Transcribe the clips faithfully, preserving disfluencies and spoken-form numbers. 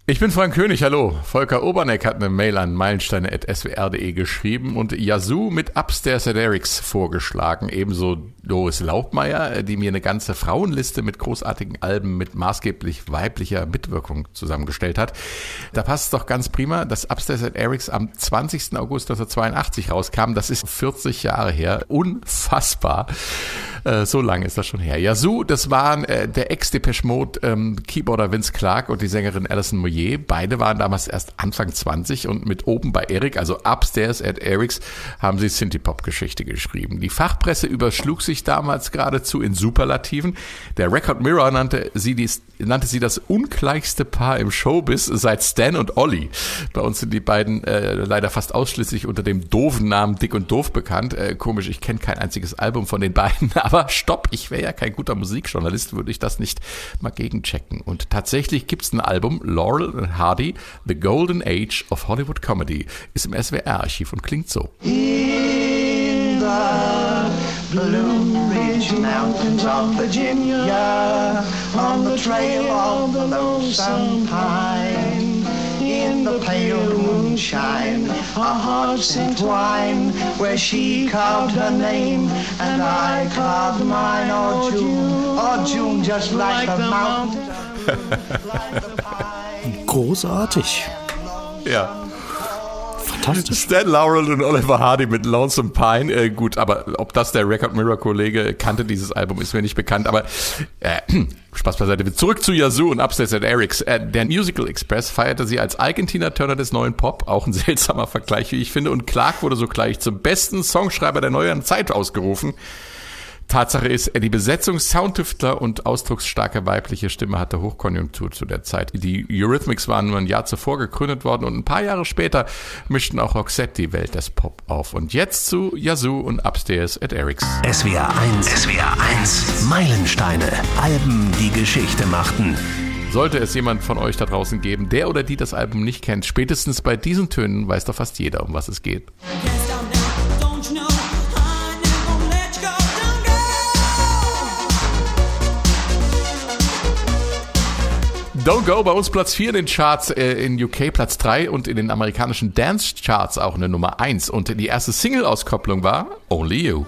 Ich bin Frank König, hallo. Volker Oberneck hat eine Mail an meilensteine at s w r punkt d e geschrieben und Yazoo mit Upstairs at Eric's vorgeschlagen. Ebenso Doris Laubmeier, die mir eine ganze Frauenliste mit großartigen Alben mit maßgeblich weiblicher Mitwirkung zusammengestellt hat. Da passt es doch ganz prima, dass Upstairs at Eric's am zwanzigsten August neunzehnhundertzweiundachtzig rauskam. Das ist vierzig Jahre her. Unfassbar. Äh, so lange ist das schon her. Yazoo, das waren äh, der Ex-Depeche Mode ähm, Keyboarder Vince Clarke und die Sängerin Alison Moyet. Beide waren damals erst Anfang zwanzig und mit Oben bei Eric, also Upstairs at Eric's, haben sie Synthie-Pop-Geschichte geschrieben. Die Fachpresse überschlug sich damals geradezu in Superlativen. Der Record Mirror nannte sie, dies, nannte sie das ungleichste Paar im Showbiz seit Stan und Ollie. Bei uns sind die beiden äh, leider fast ausschließlich unter dem doofen Namen Dick und Doof bekannt. Äh, komisch, ich kenne kein einziges Album von den beiden, aber stopp, ich wäre ja kein guter Musikjournalist, würde ich das nicht mal gegenchecken. Und tatsächlich gibt es ein Album, Laurel and Hardy, The Golden Age of Hollywood Comedy, ist im S W R-Archiv und klingt so. In the Blue Ridge Mountains of Virginia, on the trail of the lonesome pine, in the pale moonshine, our hearts entwine, where she carved her name and I carved mine. Oh June, oh June, just like the mountain, like the pine. Großartig. Ja. Fantastisch. Stan Laurel und Oliver Hardy mit Lonesome Pine. Äh, gut, aber ob das der Record Mirror Kollege kannte, dieses Album, ist mir nicht bekannt. Aber äh, Spaß beiseite. Zurück zu Yazoo und Upstairs at Eric's. Äh, der Musical Express feierte sie als Ike Turner des neuen Pop. Auch ein seltsamer Vergleich, wie ich finde. Und Clarke wurde sogleich zum besten Songschreiber der neueren Zeit ausgerufen. Tatsache ist, die Besetzung Soundtüftler und ausdrucksstarke weibliche Stimme hatte Hochkonjunktur zu der Zeit. Die Eurythmics waren nur ein Jahr zuvor gegründet worden und ein paar Jahre später mischten auch Roxette die Welt des Pop auf. Und jetzt zu Yazoo und Upstairs at Eric's. S W R eins, S W R eins, Meilensteine, Alben, die Geschichte machten. Sollte es jemand von euch da draußen geben, der oder die das Album nicht kennt, spätestens bei diesen Tönen weiß doch fast jeder, um was es geht. Don't Go, bei uns Platz vier in den Charts, äh, in U K Platz drei und in den amerikanischen Dance-Charts auch eine Nummer eins. Und die erste Single-Auskopplung war Only You.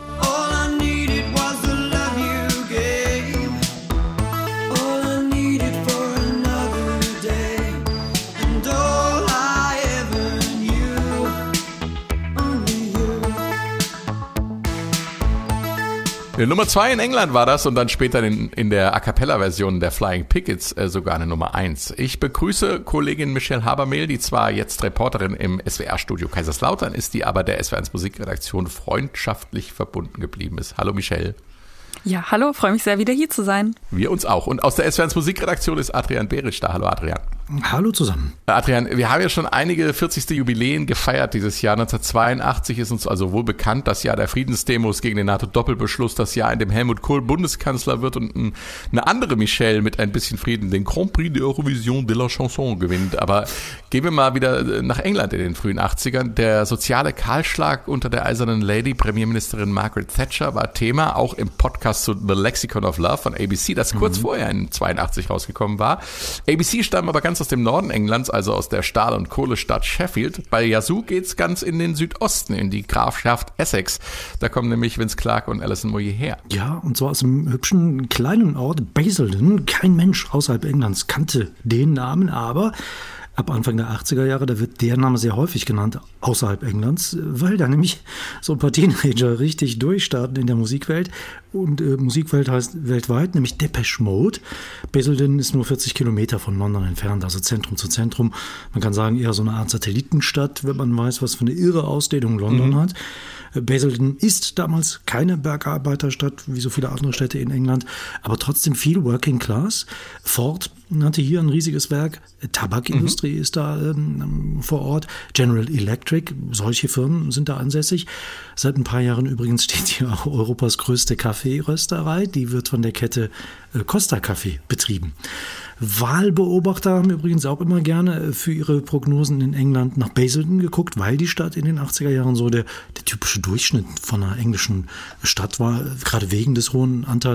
Nummer zwei in England war das und dann später in, in der A-Cappella-Version der Flying Pickets äh, sogar eine Nummer eins. Ich begrüße Kollegin Michelle Habermehl, die zwar jetzt Reporterin im S W R-Studio Kaiserslautern ist, die aber der S W R eins Musikredaktion freundschaftlich verbunden geblieben ist. Hallo Michelle. Ja, hallo, freue mich sehr, wieder hier zu sein. Wir uns auch. Und aus der S W R eins Musikredaktion ist Adrian Beritsch da. Hallo Adrian. Hallo zusammen. Adrian, wir haben ja schon einige vierzigste Jubiläen gefeiert dieses Jahr. neunzehnhundertzweiundachtzig ist uns also wohl bekannt, das Jahr der Friedensdemos gegen den NATO-Doppelbeschluss, das Jahr, in dem Helmut Kohl Bundeskanzler wird und ein, eine andere Michelle mit ein bisschen Frieden den Grand Prix de Eurovision de la Chanson gewinnt. Aber gehen wir mal wieder nach England in den frühen achtzigern. Der soziale Kahlschlag unter der Eisernen Lady, Premierministerin Margaret Thatcher, war Thema, auch im Podcast zu The Lexicon of Love von A B C, das kurz mhm. vorher in zweiundachtzig rausgekommen war. A B C stammt aber ganz aus dem Norden Englands, also aus der Stahl- und Kohlestadt Sheffield. Bei Yazoo geht's ganz in den Südosten, in die Grafschaft Essex. Da kommen nämlich Vince Clarke und Alison Moyet her. Ja, und zwar aus einem hübschen kleinen Ort Basildon. Kein Mensch außerhalb Englands kannte den Namen, aber ab Anfang der achtziger Jahre, da wird der Name sehr häufig genannt, außerhalb Englands, weil da nämlich so ein paar Teenager richtig durchstarten in der Musikwelt. Und äh, Musikwelt heißt weltweit, nämlich Depeche Mode. Basildon ist nur vierzig Kilometer von London entfernt, also Zentrum zu Zentrum. Man kann sagen, eher so eine Art Satellitenstadt, wenn man weiß, was für eine irre Ausdehnung London mhm. hat. Basildon ist damals keine Bergarbeiterstadt, wie so viele andere Städte in England, aber trotzdem viel Working Class. Ford hatte hier ein riesiges Werk, Tabakindustrie mhm. ist da ähm, vor Ort, General Electric, solche Firmen sind da ansässig. Seit ein paar Jahren übrigens steht hier auch Europas größte Kaffeerösterei, die wird von der Kette äh, Costa Kaffee betrieben. Wahlbeobachter haben übrigens auch immer gerne für ihre Prognosen in England nach Basildon geguckt, weil die Stadt in den achtziger Jahren so der, der typische Durchschnitt von einer englischen Stadt war, gerade wegen des hohen Anteils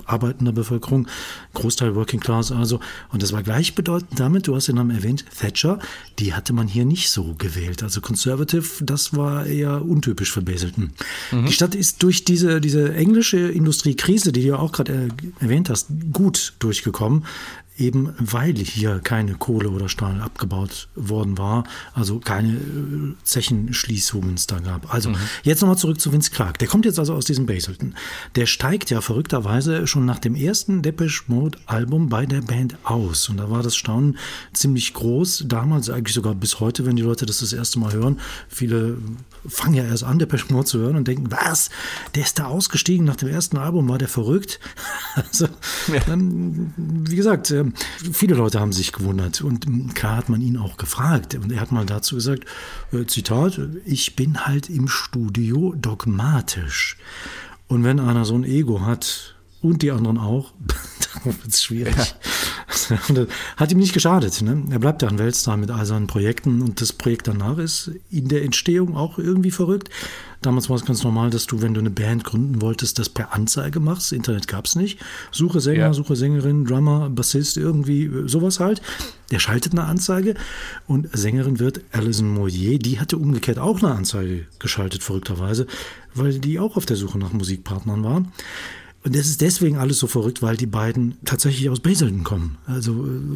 arbeitender Bevölkerung, Großteil Working Class also. Und das war gleichbedeutend damit, du hast den Namen erwähnt, Thatcher, die hatte man hier nicht so gewählt. Also Conservative, das war eher untypisch für Basildon. Mhm. Die Stadt ist durch diese, diese englische Industriekrise, die du auch gerade erwähnt hast, gut durchgekommen. Eben weil hier keine Kohle oder Stahl abgebaut worden war, also keine Zechenschließungen es da gab. Also mhm. jetzt nochmal zurück zu Vince Clarke. Der kommt jetzt also aus diesem Basildon. Der steigt ja verrückterweise schon nach dem ersten Depeche Mode Album bei der Band aus. Und da war das Staunen ziemlich groß. Damals, eigentlich sogar bis heute, wenn die Leute das das erste Mal hören. Viele fangen ja erst an, Depeche Mode zu hören und denken, was? Der ist da ausgestiegen nach dem ersten Album, war der verrückt? Also, ja. dann, wie gesagt, viele Leute haben sich gewundert und klar hat man ihn auch gefragt und er hat mal dazu gesagt, äh, Zitat, ich bin halt im Studio dogmatisch und wenn einer so ein Ego hat und die anderen auch, dann wird es schwierig. Ja. Hat ihm nicht geschadet. Ne? Er bleibt ja ein Weltstar mit all seinen Projekten und das Projekt danach ist in der Entstehung auch irgendwie verrückt. Damals war es ganz normal, dass du, wenn du eine Band gründen wolltest, das per Anzeige machst. Internet gab es nicht. Suche Sänger, ja. Suche Sängerin, Drummer, Bassist, irgendwie sowas halt. Der schaltet eine Anzeige und Sängerin wird Alison Moyet. Die hatte umgekehrt auch eine Anzeige geschaltet, verrückterweise, weil die auch auf der Suche nach Musikpartnern war. Und das ist deswegen alles so verrückt, weil die beiden tatsächlich aus Basildon kommen. Also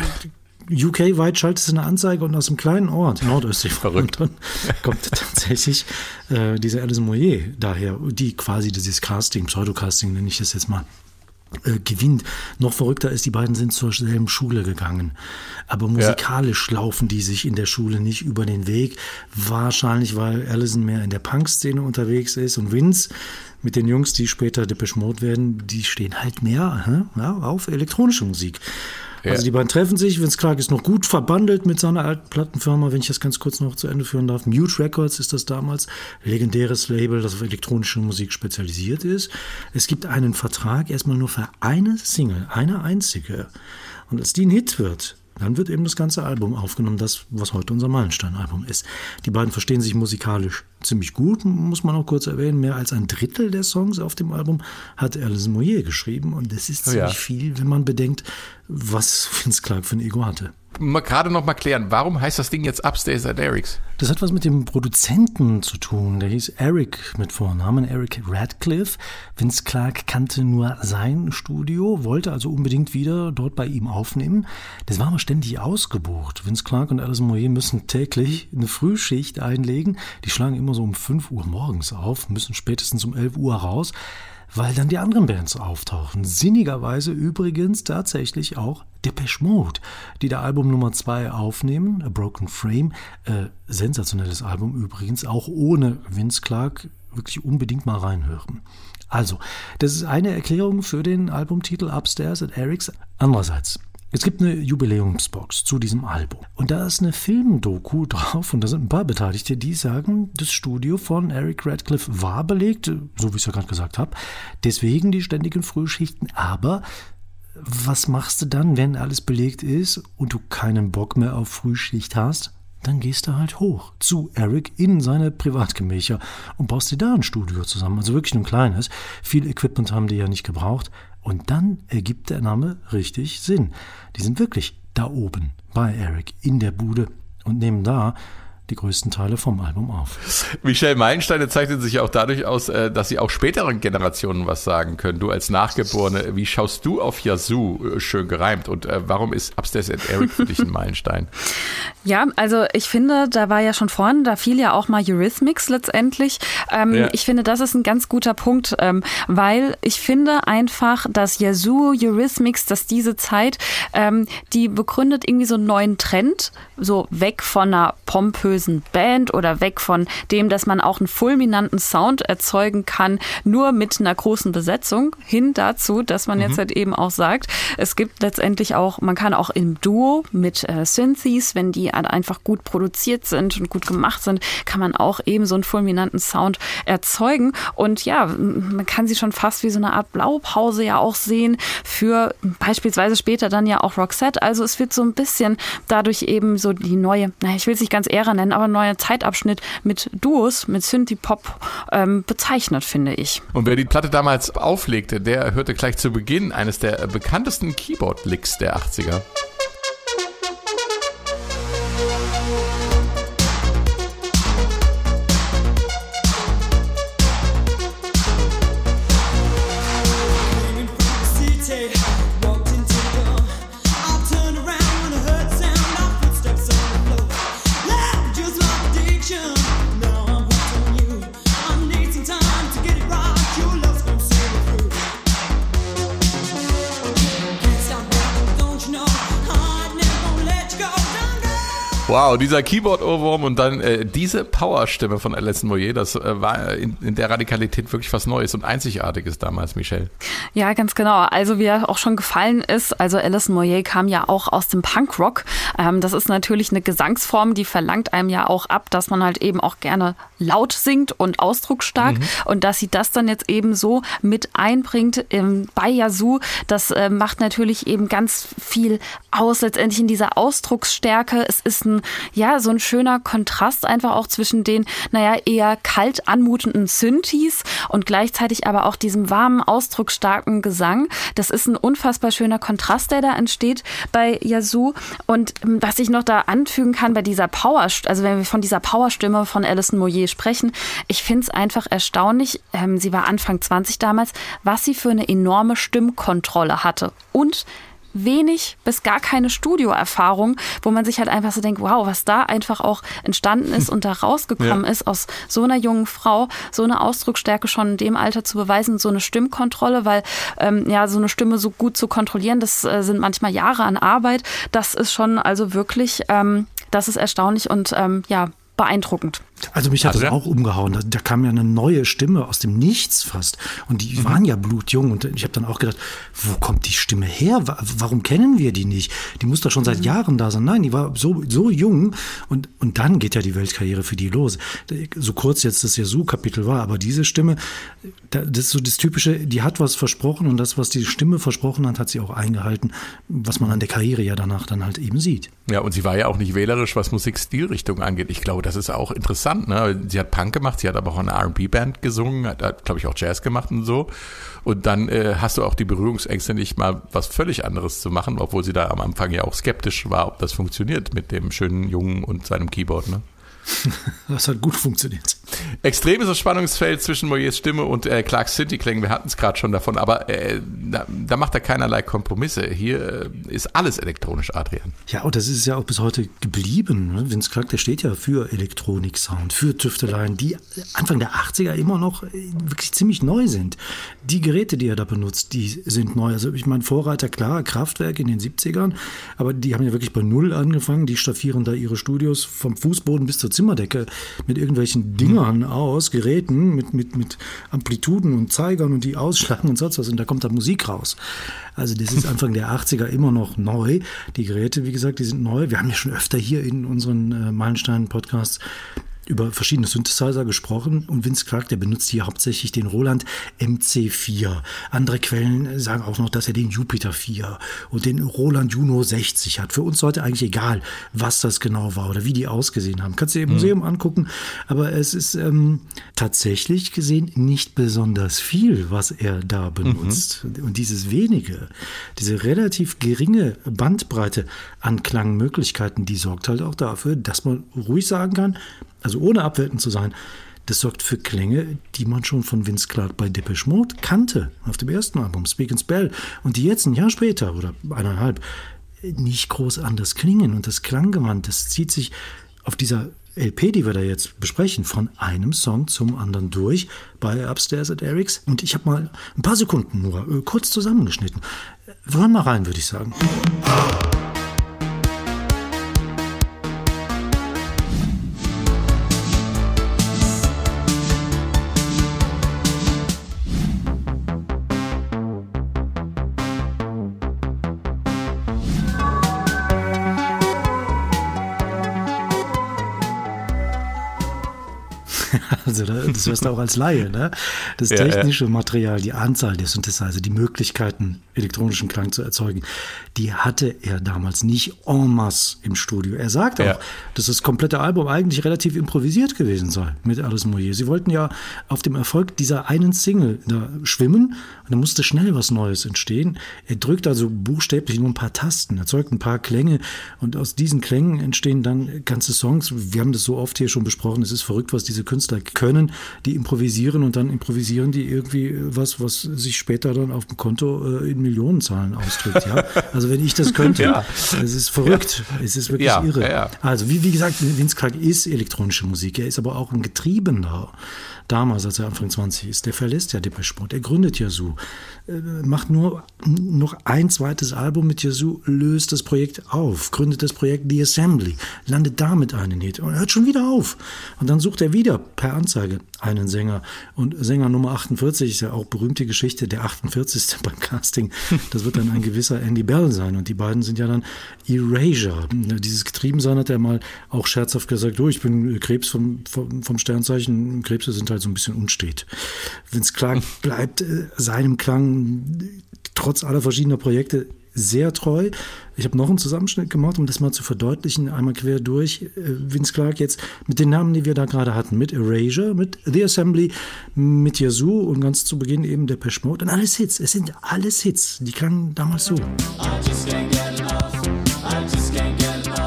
U K-weit schaltet es eine Anzeige und aus einem kleinen Ort, nordöstlich von London, kommt tatsächlich äh, diese Alison Moyet daher, die quasi dieses Casting, Pseudocasting nenne ich das jetzt mal, äh, gewinnt. Noch verrückter ist, die beiden sind zur selben Schule gegangen. Aber musikalisch ja. laufen die sich in der Schule nicht über den Weg. Wahrscheinlich, weil Alison mehr in der Punk-Szene unterwegs ist und Vince mit den Jungs, die später Depeche Mode werden, die stehen halt mehr äh, ja, auf elektronische Musik. Ja. Also die beiden treffen sich, Vince Clarke ist noch gut verbandelt mit seiner alten Plattenfirma, wenn ich das ganz kurz noch zu Ende führen darf. Mute Records ist das damals, legendäres Label, das auf elektronische Musik spezialisiert ist. Es gibt einen Vertrag erstmal nur für eine Single, eine einzige. Und als die ein Hit wird, dann wird eben das ganze Album aufgenommen, das, was heute unser Meilenstein-Album ist. Die beiden verstehen sich musikalisch ziemlich gut, muss man auch kurz erwähnen. Mehr als ein Drittel der Songs auf dem Album hat Alison Moyet geschrieben. Und das ist ziemlich ja. viel, wenn man bedenkt, was Vince Clarke für ein Ego hatte. Mal gerade noch mal klären, warum heißt das Ding jetzt Upstairs at Eric's? Das hat was mit dem Produzenten zu tun. Der hieß Eric mit Vornamen, Eric Radcliffe. Vince Clarke kannte nur sein Studio, wollte also unbedingt wieder dort bei ihm aufnehmen. Das war aber ständig ausgebucht. Vince Clarke und Alison Moyet müssen täglich eine Frühschicht einlegen. Die schlagen immer so um fünf Uhr morgens auf, müssen spätestens um elf Uhr raus, weil dann die anderen Bands auftauchen. Sinnigerweise übrigens tatsächlich auch Depeche Mode, die da Album Nummer zwei aufnehmen, A Broken Frame. Äh, sensationelles Album übrigens, auch ohne Vince Clarke, wirklich unbedingt mal reinhören. Also, das ist eine Erklärung für den Albumtitel Upstairs at Eric's. Andererseits, es gibt eine Jubiläumsbox zu diesem Album. Und da ist eine Filmdoku drauf und da sind ein paar Beteiligte, die sagen, das Studio von Eric Radcliffe war belegt, so wie ich es ja gerade gesagt habe. Deswegen die ständigen Frühschichten. Aber was machst du dann, wenn alles belegt ist und du keinen Bock mehr auf Frühschicht hast? Dann gehst du halt hoch zu Eric in seine Privatgemächer und baust dir da ein Studio zusammen. Also wirklich nur ein kleines. Viel Equipment haben die ja nicht gebraucht. Und dann ergibt der Name richtig Sinn. Die sind wirklich da oben bei Eric in der Bude und nehmen da die größten Teile vom Album auf. Michel Meilensteine zeichnet sich auch dadurch aus, dass sie auch späteren Generationen was sagen können. Du als Nachgeborene, wie schaust du auf Yazoo? Schön gereimt. Und warum ist Upstairs at Eric für dich ein Meilenstein? Ja, also ich finde, da war ja schon vorhin, da fiel ja auch mal Eurythmics letztendlich. Ähm, ja. Ich finde, das ist ein ganz guter Punkt, ähm, weil ich finde einfach, dass Yazoo, Eurythmics, dass diese Zeit, ähm, die begründet irgendwie so einen neuen Trend, so weg von einer pompösen Band oder weg von dem, dass man auch einen fulminanten Sound erzeugen kann, nur mit einer großen Besetzung, hin dazu, dass man mhm. jetzt halt eben auch sagt, es gibt letztendlich auch, man kann auch im Duo mit äh, Synthes, wenn die die einfach gut produziert sind und gut gemacht sind, kann man auch eben so einen fulminanten Sound erzeugen. Und ja, man kann sie schon fast wie so eine Art Blaupause ja auch sehen für beispielsweise später dann ja auch Roxette. Also es wird so ein bisschen dadurch eben so die neue, naja, ich will es nicht ganz Ära nennen, aber neuer Zeitabschnitt mit Duos, mit Synthie-Pop ähm, bezeichnet, finde ich. Und wer die Platte damals auflegte, der hörte gleich zu Beginn eines der bekanntesten Keyboard-Licks der achtziger. Wow, dieser Keyboard-Ohrwurm und dann äh, diese Powerstimme von Alison Moyet, das äh, war in, in der Radikalität wirklich was Neues und Einzigartiges damals, Michelle. Ja, ganz genau. Also wie ja auch schon gefallen ist, also Alison Moyet kam ja auch aus dem Punkrock. Ähm, das ist natürlich eine Gesangsform, die verlangt einem ja auch ab, dass man halt eben auch gerne laut singt und ausdrucksstark. Mhm. Und dass sie das dann jetzt eben so mit einbringt ähm, bei Yazoo, das äh, macht natürlich eben ganz viel aus, letztendlich in dieser Ausdrucksstärke. Es ist ein ja, so ein schöner Kontrast einfach auch zwischen den, naja, eher kalt anmutenden Synthes und gleichzeitig aber auch diesem warmen, ausdrucksstarken Gesang. Das ist ein unfassbar schöner Kontrast, der da entsteht bei Yazoo. Und was ich noch da anfügen kann bei dieser Power, also wenn wir von dieser Powerstimme von Alison Moyet sprechen, ich finde es einfach erstaunlich, ähm, sie war Anfang zwanzig damals, was sie für eine enorme Stimmkontrolle hatte. Und wenig bis gar keine Studioerfahrung, wo man sich halt einfach so denkt, wow, was da einfach auch entstanden ist und da rausgekommen ja. ist, aus so einer jungen Frau, so eine Ausdrucksstärke schon in dem Alter zu beweisen, so eine Stimmkontrolle, weil ähm, ja, so eine Stimme so gut zu kontrollieren, das äh, sind manchmal Jahre an Arbeit. Das ist schon also wirklich, ähm, das ist erstaunlich und ähm, ja, beeindruckend. Also mich hat also, das auch umgehauen. Da, da kam ja eine neue Stimme aus dem Nichts fast. Und die mhm. waren ja blutjung. Und ich habe dann auch gedacht, wo kommt die Stimme her? Warum kennen wir die nicht? Die muss doch schon seit mhm. Jahren da sein. Nein, die war so, so jung. Und, und dann geht ja die Weltkarriere für die los. So kurz jetzt das Yazoo-Kapitel war. Aber diese Stimme, das ist so das Typische, die hat was versprochen. Und das, was die Stimme versprochen hat, hat sie auch eingehalten. Was man an der Karriere ja danach dann halt eben sieht. Ja, und sie war ja auch nicht wählerisch, was Musikstilrichtung angeht. Ich glaube, das ist auch interessant. Ne? Sie hat Punk gemacht, sie hat aber auch eine R and B-Band gesungen, hat, hat glaube ich, auch Jazz gemacht und so. Und dann äh, hast du auch die Berührungsängste, nicht mal was völlig anderes zu machen, obwohl sie da am Anfang ja auch skeptisch war, ob das funktioniert mit dem schönen Jungen und seinem Keyboard. Ne? Das hat gut funktioniert. Extrem ist das Spannungsfeld zwischen Moyets Stimme und äh, Clarks Synthie-Klängen. Wir hatten es gerade schon davon, aber äh, da, da macht er keinerlei Kompromisse. Hier äh, ist alles elektronisch, Adrian. Ja, und das ist ja auch bis heute geblieben. Ne? Vince Clarke, der steht ja für Elektronik-Sound, für Tüfteleien, die Anfang der achtziger immer noch wirklich ziemlich neu sind. Die Geräte, die er da benutzt, die sind neu. Also ich meine, Vorreiter, klar, Kraftwerk in den siebzigern, aber die haben ja wirklich bei Null angefangen. Die staffieren da ihre Studios vom Fußboden bis zur Zimmerdecke mit irgendwelchen Dingern aus, Geräten mit, mit, mit Amplituden und Zeigern und die ausschlagen und sonst was. Und da kommt da Musik raus. Also das ist Anfang der achtziger immer noch neu. Die Geräte, wie gesagt, die sind neu. Wir haben ja schon öfter hier in unseren äh, Meilenstein-Podcasts über verschiedene Synthesizer gesprochen und Vince Clarke, der benutzt hier hauptsächlich den Roland M C vier. Andere Quellen sagen auch noch, dass er den Jupiter vier und den Roland Juno sechzig hat. Für uns heute eigentlich egal, was das genau war oder wie die ausgesehen haben. Kannst du dir im Museum mhm. angucken, aber es ist ähm, tatsächlich gesehen nicht besonders viel, was er da benutzt. Mhm. Und dieses wenige, diese relativ geringe Bandbreite an Klangmöglichkeiten, die sorgt halt auch dafür, dass man ruhig sagen kann, also ohne abwertend zu sein, das sorgt für Klänge, die man schon von Vince Clarke bei Depeche Mode kannte, auf dem ersten Album, Speak and Spell, und die jetzt ein Jahr später oder eineinhalb nicht groß anders klingen. Und das Klanggewand, das zieht sich auf dieser L P, die wir da jetzt besprechen, von einem Song zum anderen durch bei Upstairs at Eric's. Und ich habe mal ein paar Sekunden nur äh, kurz zusammengeschnitten. Wir hören mal rein, würde ich sagen. Also das hörst du auch als Laie, ne? Das technische ja, ja. Material, die Anzahl der Synthesizer, die Möglichkeiten, elektronischen Klang zu erzeugen, die hatte er damals nicht en masse im Studio. Er sagt auch, ja. dass das komplette Album eigentlich relativ improvisiert gewesen sei mit Alice Moyer. Sie wollten ja auf dem Erfolg dieser einen Single da schwimmen und da musste schnell was Neues entstehen. Er drückt also buchstäblich nur ein paar Tasten, erzeugt ein paar Klänge und aus diesen Klängen entstehen dann ganze Songs. Wir haben das so oft hier schon besprochen. Es ist verrückt, was diese Künstler können. Die improvisieren und dann improvisieren die irgendwie was, was sich später dann auf dem Konto äh, in Millionenzahlen ausdrückt. Ja? Also wenn ich das könnte, ja. es ist verrückt. Ja. Es ist wirklich ja, irre. Ja. Also wie, wie gesagt, Vince Clarke ist elektronische Musik. Er ist aber auch ein Getriebener. Damals, als er Anfang zwanzig ist, der verlässt ja Depeche Mode, er gründet Yazoo, macht nur noch ein zweites Album mit Yazoo, löst das Projekt auf, gründet das Projekt The Assembly, landet damit einen Hit und hört schon wieder auf. Und dann sucht er wieder per Anzeige einen Sänger. Und Sänger Nummer achtundvierzig ist ja auch berühmte Geschichte, der achtundvierzigste beim Casting. Das wird dann ein gewisser Andy Bell sein. Und die beiden sind ja dann Erasure. Dieses Getriebensein hat er mal auch scherzhaft gesagt, oh, ich bin Krebs vom, vom, vom Sternzeichen. Krebse sind halt so ein bisschen unstet. Vince Clarke bleibt äh, seinem Klang trotz aller verschiedener Projekte sehr treu. Ich habe noch einen Zusammenschnitt gemacht, um das mal zu verdeutlichen, einmal quer durch. Vince Clarke jetzt mit den Namen, die wir da gerade hatten, mit Erasure, mit The Assembly, mit Yazoo und ganz zu Beginn eben Depeche Mode und alles Hits. Es sind alles Hits. Die klangen damals so. I just can't get enough. I just can't get enough.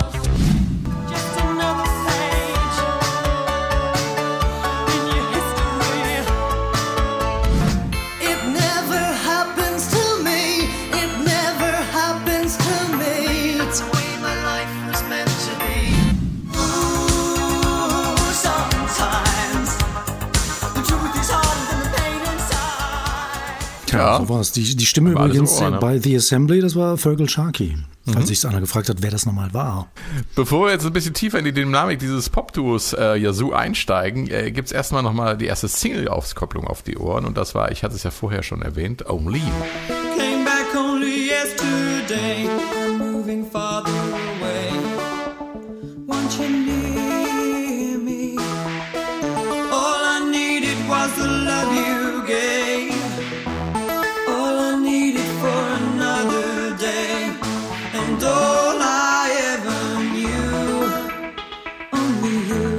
Ja, so war es. Die, die Stimme übrigens Ohr, ne? bei The Assembly, das war Feargal Sharkey. Falls mhm. sich einer gefragt hat, wer das nochmal war. Bevor wir jetzt ein bisschen tiefer in die Dynamik dieses Pop-Duos äh, Yazoo einsteigen, äh, gibt es erstmal nochmal die erste Single-Auskopplung auf die Ohren. Und das war, ich hatte es ja vorher schon erwähnt, Only You. Came back only yesterday, I'm moving farther away. Want you near me? All I needed was the love you gave. All I ever knew, only you.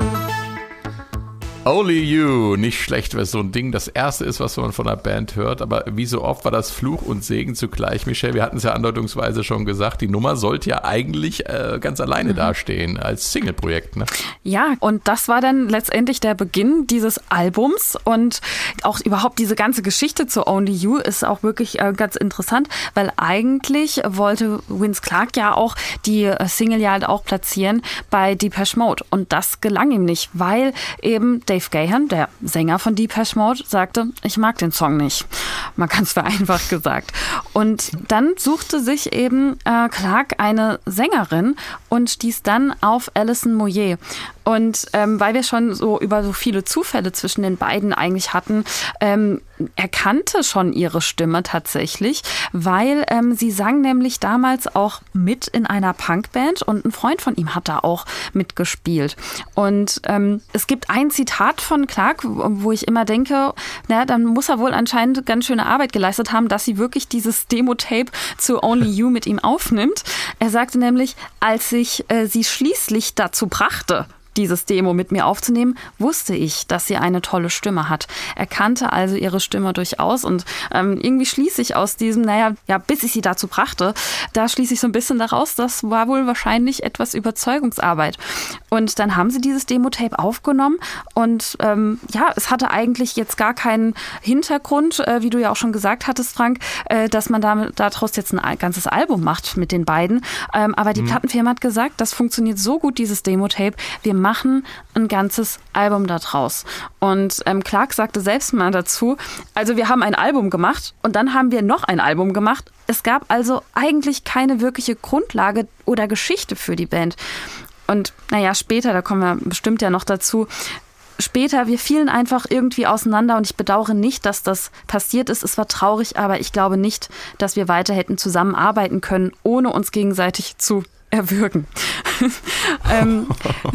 Only You, nicht schlecht, weil so ein Ding das erste ist, was man von einer Band hört, aber wie so oft war das Fluch und Segen zugleich. Michelle, wir hatten es ja andeutungsweise schon gesagt, die Nummer sollte ja eigentlich äh, ganz alleine mhm. dastehen als Single-Projekt, ne? Ja, und das war dann letztendlich der Beginn dieses Albums und auch überhaupt diese ganze Geschichte zu Only You ist auch wirklich äh, ganz interessant, weil eigentlich wollte Vince Clarke ja auch die äh, Single ja halt auch platzieren bei Depeche Mode und das gelang ihm nicht, weil eben Dave Gahan, der Sänger von Depeche Mode, sagte, ich mag den Song nicht. Mal ganz vereinfacht gesagt. Und dann suchte sich eben äh, Clarke eine Sängerin und stieß dann auf Alison Moyet. Und ähm, weil wir schon so über so viele Zufälle zwischen den beiden eigentlich hatten, ähm, er kannte schon ihre Stimme tatsächlich, weil ähm, sie sang nämlich damals auch mit in einer Punkband und ein Freund von ihm hat da auch mitgespielt. Und ähm, es gibt ein Zitat von Clarke, wo ich immer denke, na, dann muss er wohl anscheinend ganz schöne Arbeit geleistet haben, dass sie wirklich dieses Demo-Tape zu Only You mit ihm aufnimmt. Er sagte nämlich, als ich äh, sie schließlich dazu brachte, dieses Demo mit mir aufzunehmen, wusste ich, dass sie eine tolle Stimme hat. Er kannte also ihre Stimme durchaus und ähm, irgendwie schließe ich aus diesem, naja, ja, bis ich sie dazu brachte, da schließe ich so ein bisschen daraus, das war wohl wahrscheinlich etwas Überzeugungsarbeit. Und dann haben sie dieses Demo-Tape aufgenommen und ähm, ja, es hatte eigentlich jetzt gar keinen Hintergrund, äh, wie du ja auch schon gesagt hattest, Frank, äh, dass man damit, daraus jetzt ein ganzes Album macht mit den beiden. Ähm, aber die mhm. Plattenfirma hat gesagt, das funktioniert so gut, dieses Demo-Tape, wir machen ein ganzes Album da draus. Und ähm, Clarke sagte selbst mal dazu, also wir haben ein Album gemacht und dann haben wir noch ein Album gemacht. Es gab also eigentlich keine wirkliche Grundlage oder Geschichte für die Band. Und naja, später, da kommen wir bestimmt ja noch dazu, später, wir fielen einfach irgendwie auseinander und ich bedauere nicht, dass das passiert ist. Es war traurig, aber ich glaube nicht, dass wir weiter hätten zusammenarbeiten können, ohne uns gegenseitig zu erwürgen. ähm,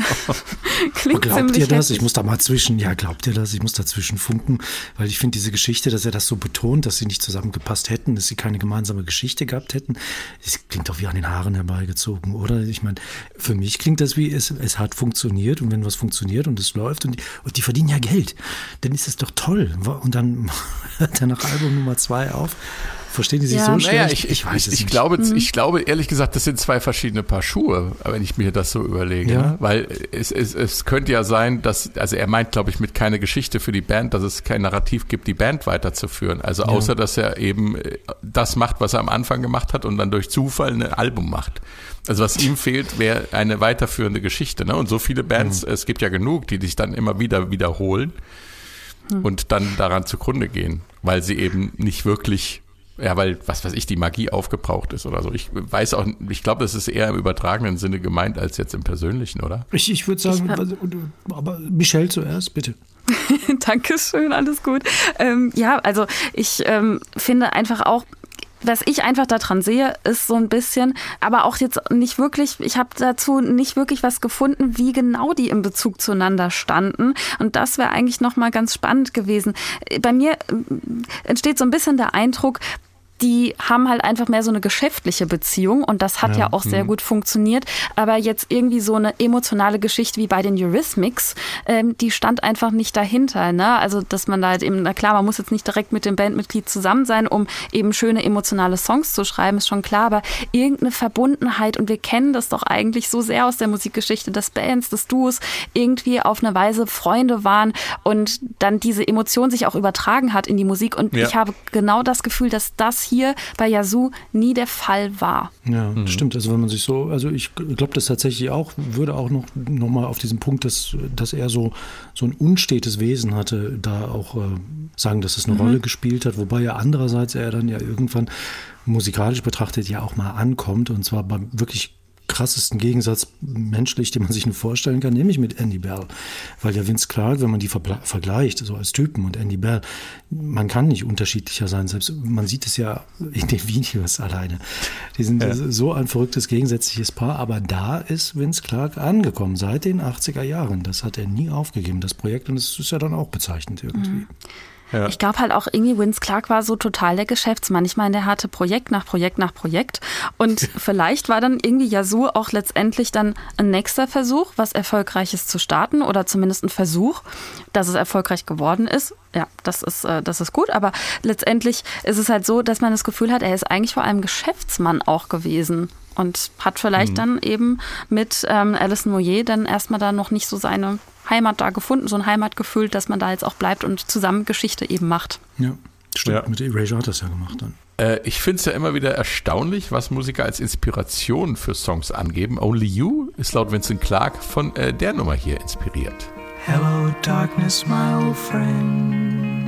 klingt glaubt ziemlich ihr das? heftig. Ich muss da mal zwischen, ja, glaubt ihr das? Ich muss dazwischen funken, weil ich finde diese Geschichte, dass er das so betont, dass sie nicht zusammengepasst hätten, dass sie keine gemeinsame Geschichte gehabt hätten, das klingt doch wie an den Haaren herbeigezogen, oder? Ich meine, für mich klingt das wie, es, es hat funktioniert und wenn was funktioniert und es läuft und die, und die verdienen ja Geld, dann ist das doch toll. Und dann hört er nach Album Nummer zwei auf. Verstehen die sich Ja. so Naja, schlecht? ich, ich, weiß ich, es ich, nicht. glaube, ich glaube, ehrlich gesagt, das sind zwei verschiedene Paar Schuhe, wenn ich mir das so überlege. Ja. Ne? Weil es, es, es könnte ja sein, dass, also er meint, glaube ich, mit keine Geschichte für die Band, dass es kein Narrativ gibt, die Band weiterzuführen. Also außer, dass er eben das macht, was er am Anfang gemacht hat und dann durch Zufall ein Album macht. Also was ihm fehlt, wäre eine weiterführende Geschichte. Ne? Und so viele Bands, mhm. es gibt ja genug, die sich dann immer wieder wiederholen mhm. und dann daran zugrunde gehen, weil sie eben nicht wirklich... Ja, weil, was weiß ich, die Magie aufgebraucht ist oder so. Ich weiß auch, ich glaube, das ist eher im übertragenen Sinne gemeint als jetzt im persönlichen, oder? Ich, ich würde sagen, ich, aber Michelle zuerst, bitte. Dankeschön, alles gut. Ähm, ja, also ich ähm, finde einfach auch, was ich einfach daran sehe, ist so ein bisschen, aber auch jetzt nicht wirklich, ich habe dazu nicht wirklich was gefunden, wie genau die im Bezug zueinander standen. Und das wäre eigentlich nochmal ganz spannend gewesen. Bei mir entsteht so ein bisschen der Eindruck, die haben halt einfach mehr so eine geschäftliche Beziehung und das hat ja, ja auch sehr gut funktioniert. Aber jetzt irgendwie so eine emotionale Geschichte wie bei den Eurythmics, ähm, die stand einfach nicht dahinter. Ne? Also, dass man da halt eben, na klar, man muss jetzt nicht direkt mit dem Bandmitglied zusammen sein, um eben schöne emotionale Songs zu schreiben, ist schon klar. Aber irgendeine Verbundenheit, und wir kennen das doch eigentlich so sehr aus der Musikgeschichte, dass Bands, dass Duos irgendwie auf eine Weise Freunde waren und dann diese Emotion sich auch übertragen hat in die Musik. Und ja. ich habe genau das Gefühl, dass das hier bei Yazoo nie der Fall war. Ja, mhm. stimmt. Also wenn man sich so, also ich glaube das tatsächlich auch, würde auch noch, noch mal auf diesen Punkt, dass, dass er so, so ein unstetes Wesen hatte, da auch äh, sagen, dass es eine mhm. Rolle gespielt hat, wobei ja andererseits er dann ja irgendwann musikalisch betrachtet ja auch mal ankommt und zwar beim wirklich krassesten Gegensatz menschlich, den man sich nur vorstellen kann, nämlich mit Andy Bell. Weil ja Vince Clarke, wenn man die verbla- vergleicht, so als Typen und Andy Bell, man kann nicht unterschiedlicher sein. Selbst man sieht es ja in den Videos alleine. Die sind ja. so ein verrücktes, gegensätzliches Paar. Aber da ist Vince Clarke angekommen, seit den achtziger Jahren. Das hat er nie aufgegeben, das Projekt. Und es ist ja dann auch bezeichnend irgendwie. Mhm. Ja. Ich glaube halt auch irgendwie, Vince Clarke war so total der Geschäftsmann. Ich meine, der hatte Projekt nach Projekt nach Projekt und vielleicht war dann irgendwie Yazoo auch letztendlich dann ein nächster Versuch, was Erfolgreiches zu starten oder zumindest ein Versuch, dass es erfolgreich geworden ist. Ja, das ist, das ist gut, aber letztendlich ist es halt so, dass man das Gefühl hat, er ist eigentlich vor allem Geschäftsmann auch gewesen und hat vielleicht mhm. dann eben mit ähm, Alison Moyet dann erstmal da noch nicht so seine Heimat da gefunden, so ein Heimatgefühl, dass man da jetzt auch bleibt und zusammen Geschichte eben macht. Ja, stimmt. Ja. Mit Erasure hat das ja gemacht dann. Äh, ich finde es ja immer wieder erstaunlich, was Musiker als Inspiration für Songs angeben. Only You ist laut Vincent Clarke von äh, der Nummer hier inspiriert. Hello darkness, my old friend.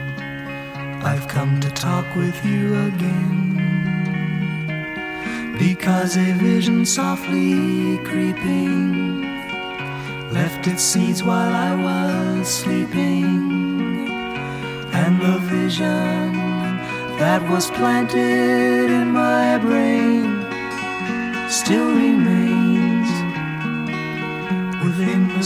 I've come to talk with you again. Because a vision softly creeping left its seeds while I was sleeping, and the vision that was planted in my brain still remains within the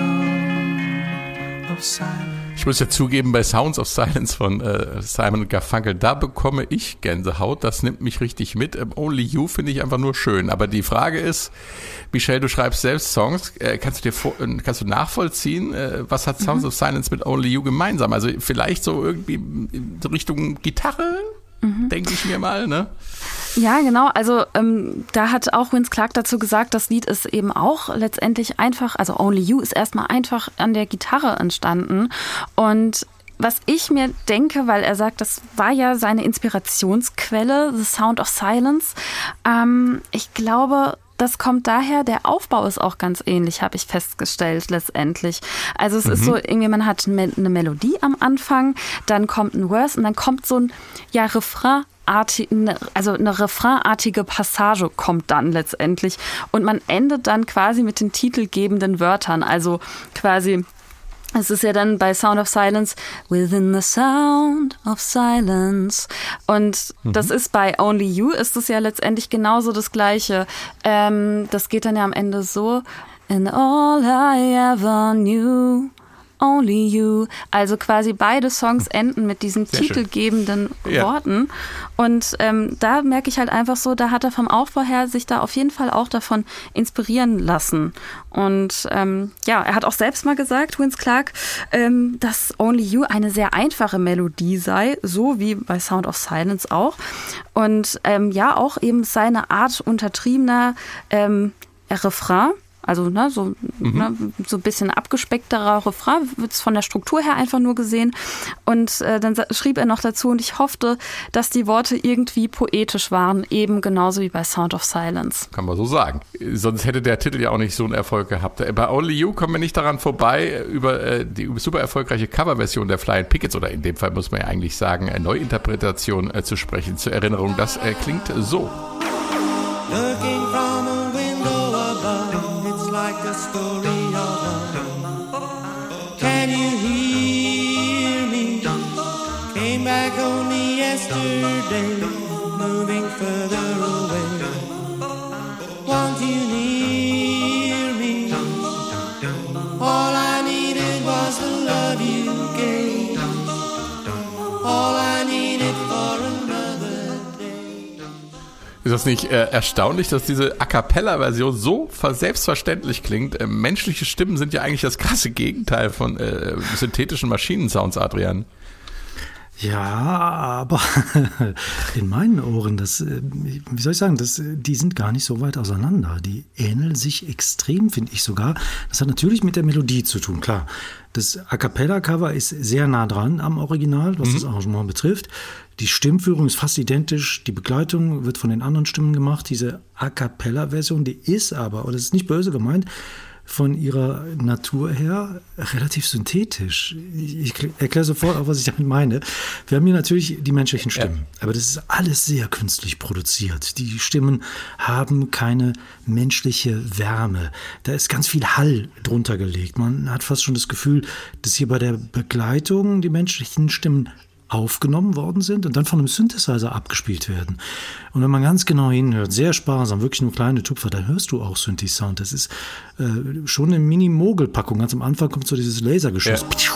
sound of silence. Ich muss ja zugeben, bei Sounds of Silence von äh, Simon und Garfunkel, da bekomme ich Gänsehaut, das nimmt mich richtig mit. Ähm, Only You finde ich einfach nur schön. Aber die Frage ist, Michelle, du schreibst selbst Songs, äh, kannst du dir vor, äh, kannst du nachvollziehen, äh, was hat Sounds mhm. of Silence mit Only You gemeinsam? Also vielleicht so irgendwie in Richtung Gitarre, mhm. denke ich mir mal, ne? Ja, genau. Also ähm, da hat auch Vince Clarke dazu gesagt, das Lied ist eben auch letztendlich einfach, also Only You ist erstmal einfach an der Gitarre entstanden. Und was ich mir denke, weil er sagt, das war ja seine Inspirationsquelle, The Sound of Silence. Ähm, ich glaube, das kommt daher, der Aufbau ist auch ganz ähnlich, habe ich festgestellt letztendlich. Also es mhm. ist so, irgendwie man hat eine Melodie am Anfang, dann kommt ein Verse und dann kommt so ein ja, Refrain. Also eine refrainartige Passage kommt dann letztendlich und man endet dann quasi mit den titelgebenden Wörtern, also quasi Es ist ja dann bei Sound of Silence, Within the Sound of Silence. Und mhm. das ist bei Only You, ist es ja letztendlich genauso das Gleiche. Ähm, das geht dann ja am Ende so, And all I ever knew, Only You. Also quasi beide Songs enden mit diesen Sehr titelgebenden ja. Worten. Und ähm, da merke ich halt einfach so, da hat er vom Aufbau her sich da auf jeden Fall auch davon inspirieren lassen. Und ähm, ja, er hat auch selbst mal gesagt, Vince Clarke, ähm, dass Only You eine sehr einfache Melodie sei, so wie bei Sound of Silence auch. Und ähm, ja, auch eben seine Art untertriebener ähm, Refrain. Also ne, so, mhm. ne, so ein bisschen abgespeckterer Refrain, wird es von der Struktur her einfach nur gesehen. Und äh, dann schrieb er noch dazu, und ich hoffte, dass die Worte irgendwie poetisch waren, eben genauso wie bei Sound of Silence. Kann man so sagen. Sonst hätte der Titel ja auch nicht so einen Erfolg gehabt. Bei Only You kommen wir nicht daran vorbei, über äh, die super erfolgreiche Coverversion der Flying Pickets, oder in dem Fall muss man ja eigentlich sagen, äh, Neuinterpretation äh, zu sprechen. Zur Erinnerung, das äh, klingt so. Looking from a window above, it's like a story of love. Can you hear me? Came back only yesterday, moving further away. Won't you near me? All I needed was the love you gave. All I needed for another day. Ist das nicht äh, erstaunlich, dass diese A-Cappella-Version so selbstverständlich klingt? Äh, menschliche Stimmen sind ja eigentlich das krasse Gegenteil von äh, synthetischen Maschinensounds, Adrian. Ja, aber in meinen Ohren, das, wie soll ich sagen, das, die sind gar nicht so weit auseinander. Die ähneln sich extrem, finde ich sogar. Das hat natürlich mit der Melodie zu tun, klar. Das A-Cappella-Cover ist sehr nah dran am Original, was mhm. das Arrangement betrifft. Die Stimmführung ist fast identisch, die Begleitung wird von den anderen Stimmen gemacht. Diese A-Cappella-Version, die ist aber, und das ist nicht böse gemeint, von ihrer Natur her relativ synthetisch. Ich erkläre sofort auch, was ich damit meine. Wir haben hier natürlich die menschlichen Stimmen, ja. aber das ist alles sehr künstlich produziert. Die Stimmen haben keine menschliche Wärme. Da ist ganz viel Hall drunter gelegt. Man hat fast schon das Gefühl, dass hier bei der Begleitung die menschlichen Stimmen aufgenommen worden sind und dann von einem Synthesizer abgespielt werden. Und wenn man ganz genau hinhört, sehr sparsam, wirklich nur kleine Tupfer, dann hörst du auch Synthi-Sound. Das ist äh, schon eine Mini-Mogel-Packung. Ganz am Anfang kommt so dieses Lasergeschoss. Ja.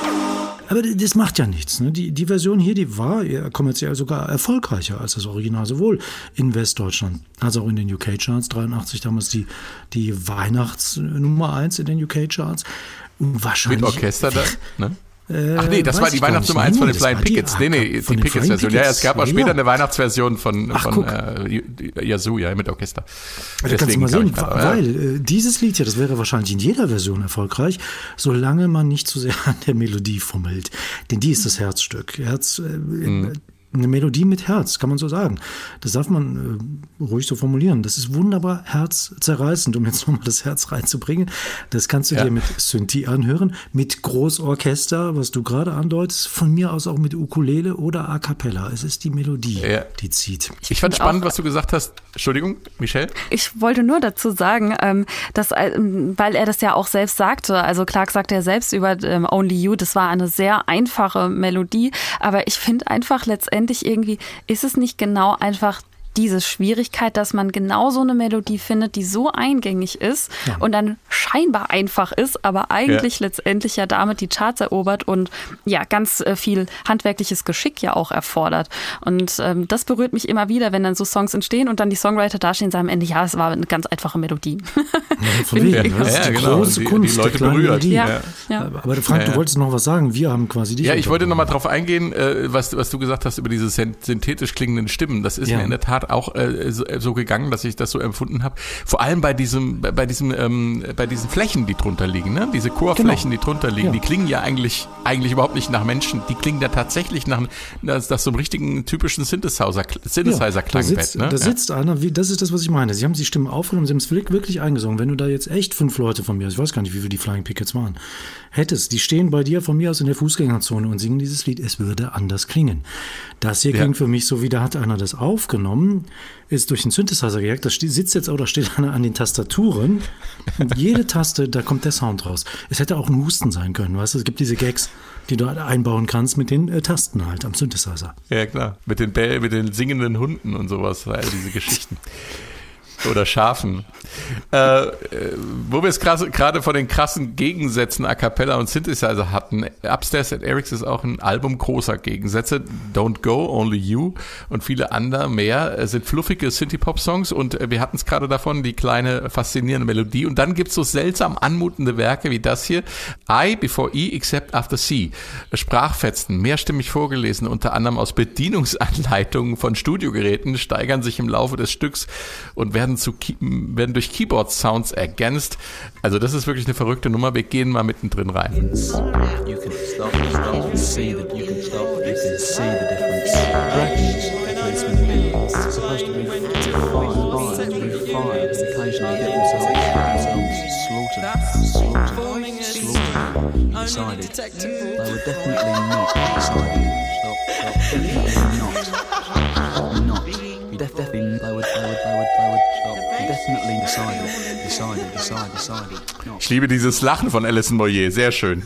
Aber das macht ja nichts. Ne? Die, die Version hier, die war kommerziell sogar erfolgreicher als das Original, sowohl in Westdeutschland als auch in den U K-Charts. dreiundachtzig damals die, die Weihnachtsnummer eins in den U K-Charts. Wahrscheinlich. Mit Orchester da, ne? Ach nee, das war die Weihnachtsnummer eins von den Flying Pickets. Nee, nee, die Pickets-Version. Ja, es gab auch später eine Weihnachtsversion von, Ach, von äh, Yazoo, ja, mit Orchester. Da kannst du mal sehen, grad, weil äh, dieses Lied ja, das wäre wahrscheinlich in jeder Version erfolgreich, solange man nicht zu sehr an der Melodie fummelt. Denn die ist das Herzstück. Herz, äh, mhm. Eine Melodie mit Herz, kann man so sagen. Das darf man äh, ruhig so formulieren. Das ist wunderbar herzzerreißend, um jetzt nochmal das Herz reinzubringen. Das kannst du ja. dir mit Synthi anhören, mit Großorchester, was du gerade andeutest, von mir aus auch mit Ukulele oder A Cappella. Es ist die Melodie, ja. die zieht. Ich, ich fand spannend, auch, was du gesagt hast. Entschuldigung, Michelle? Ich wollte nur dazu sagen, dass, weil er das ja auch selbst sagte, also Clarke sagte ja selbst über Only You, das war eine sehr einfache Melodie, aber ich finde einfach letztendlich irgendwie, ist es nicht genau einfach diese Schwierigkeit, dass man genau so eine Melodie findet, die so eingängig ist ja. und dann scheinbar einfach ist, aber eigentlich ja. letztendlich ja damit die Charts erobert und ja ganz viel handwerkliches Geschick ja auch erfordert. Und ähm, das berührt mich immer wieder, wenn dann so Songs entstehen und dann die Songwriter dastehen und sagen am Ende, ja, es war eine ganz einfache Melodie. Ja, von wegen, das ist ja, die genau. große die, Kunst, die Leute berührt. Ja. Ja. Ja. Aber Frank, du wolltest noch was sagen, wir haben quasi dich. Ja, ich wollte noch mal drauf eingehen, was, was du gesagt hast über diese synthetisch klingenden Stimmen. Das ist ja. mir in der Tat auch äh, so, so gegangen, dass ich das so empfunden habe. Vor allem bei diesem, bei diesem, ähm, bei diesen Flächen, die drunter liegen, ne? Diese Chorflächen, genau. die drunter liegen, ja. die klingen ja eigentlich, eigentlich überhaupt nicht nach Menschen. Die klingen ja tatsächlich nach, nach, nach so einem richtigen typischen Synthesizer, Synthesizer-Klangbett. Ja, da sitzt, ne? da sitzt ja. einer, wie, das ist das, was ich meine. Sie haben die Stimmen aufgenommen, sie haben es wirklich eingesungen. Wenn du da jetzt echt fünf Leute von mir, ich weiß gar nicht, wie viele die Flying Pickets waren, hättest, die stehen bei dir von mir aus in der Fußgängerzone und singen dieses Lied, es würde anders klingen. Das hier ja. klingt für mich so, wie da hat einer das aufgenommen, Album ist durch den Synthesizer gejagt. Da sitzt jetzt oder steht einer an den Tastaturen und jede Taste, da kommt der Sound raus. Es hätte auch ein Husten sein können, weißt du? Es gibt diese Gags, die du einbauen kannst mit den äh, Tasten halt am Synthesizer. Ja, klar. Mit den, Bell, mit den singenden Hunden und sowas, all diese Geschichten. Oder Schafen. Äh, wo wir es gerade von den krassen Gegensätzen A Cappella und Synthesizer hatten, Upstairs at Eric's ist auch ein Album großer Gegensätze. Don't Go, Only You und viele andere mehr sind fluffige Synthie-Pop-Songs und wir hatten es gerade davon, die kleine faszinierende Melodie und dann gibt es so seltsam anmutende Werke wie das hier, I before E except after C. Sprachfetzen, mehrstimmig vorgelesen, unter anderem aus Bedienungsanleitungen von Studiogeräten, steigern sich im Laufe des Stücks und werden Zu, werden durch Keyboard-Sounds ergänzt. Also das ist wirklich eine verrückte Nummer. Wir gehen mal mittendrin rein. You can stop, stop and see that you can stop, you can see the difference. Records, replacement beats, supposed to be refined, refined, occasionally get themselves, themselves slaughtered, slaughtered, slaughtered, decided. They were definitely not decided. Stop, stop, definitely not. Not. Definitely, they would, they would, they would, they would stop. Definitely decided, decided, decided, decided. No. Ich liebe dieses Lachen von Alison Moyet, sehr schön.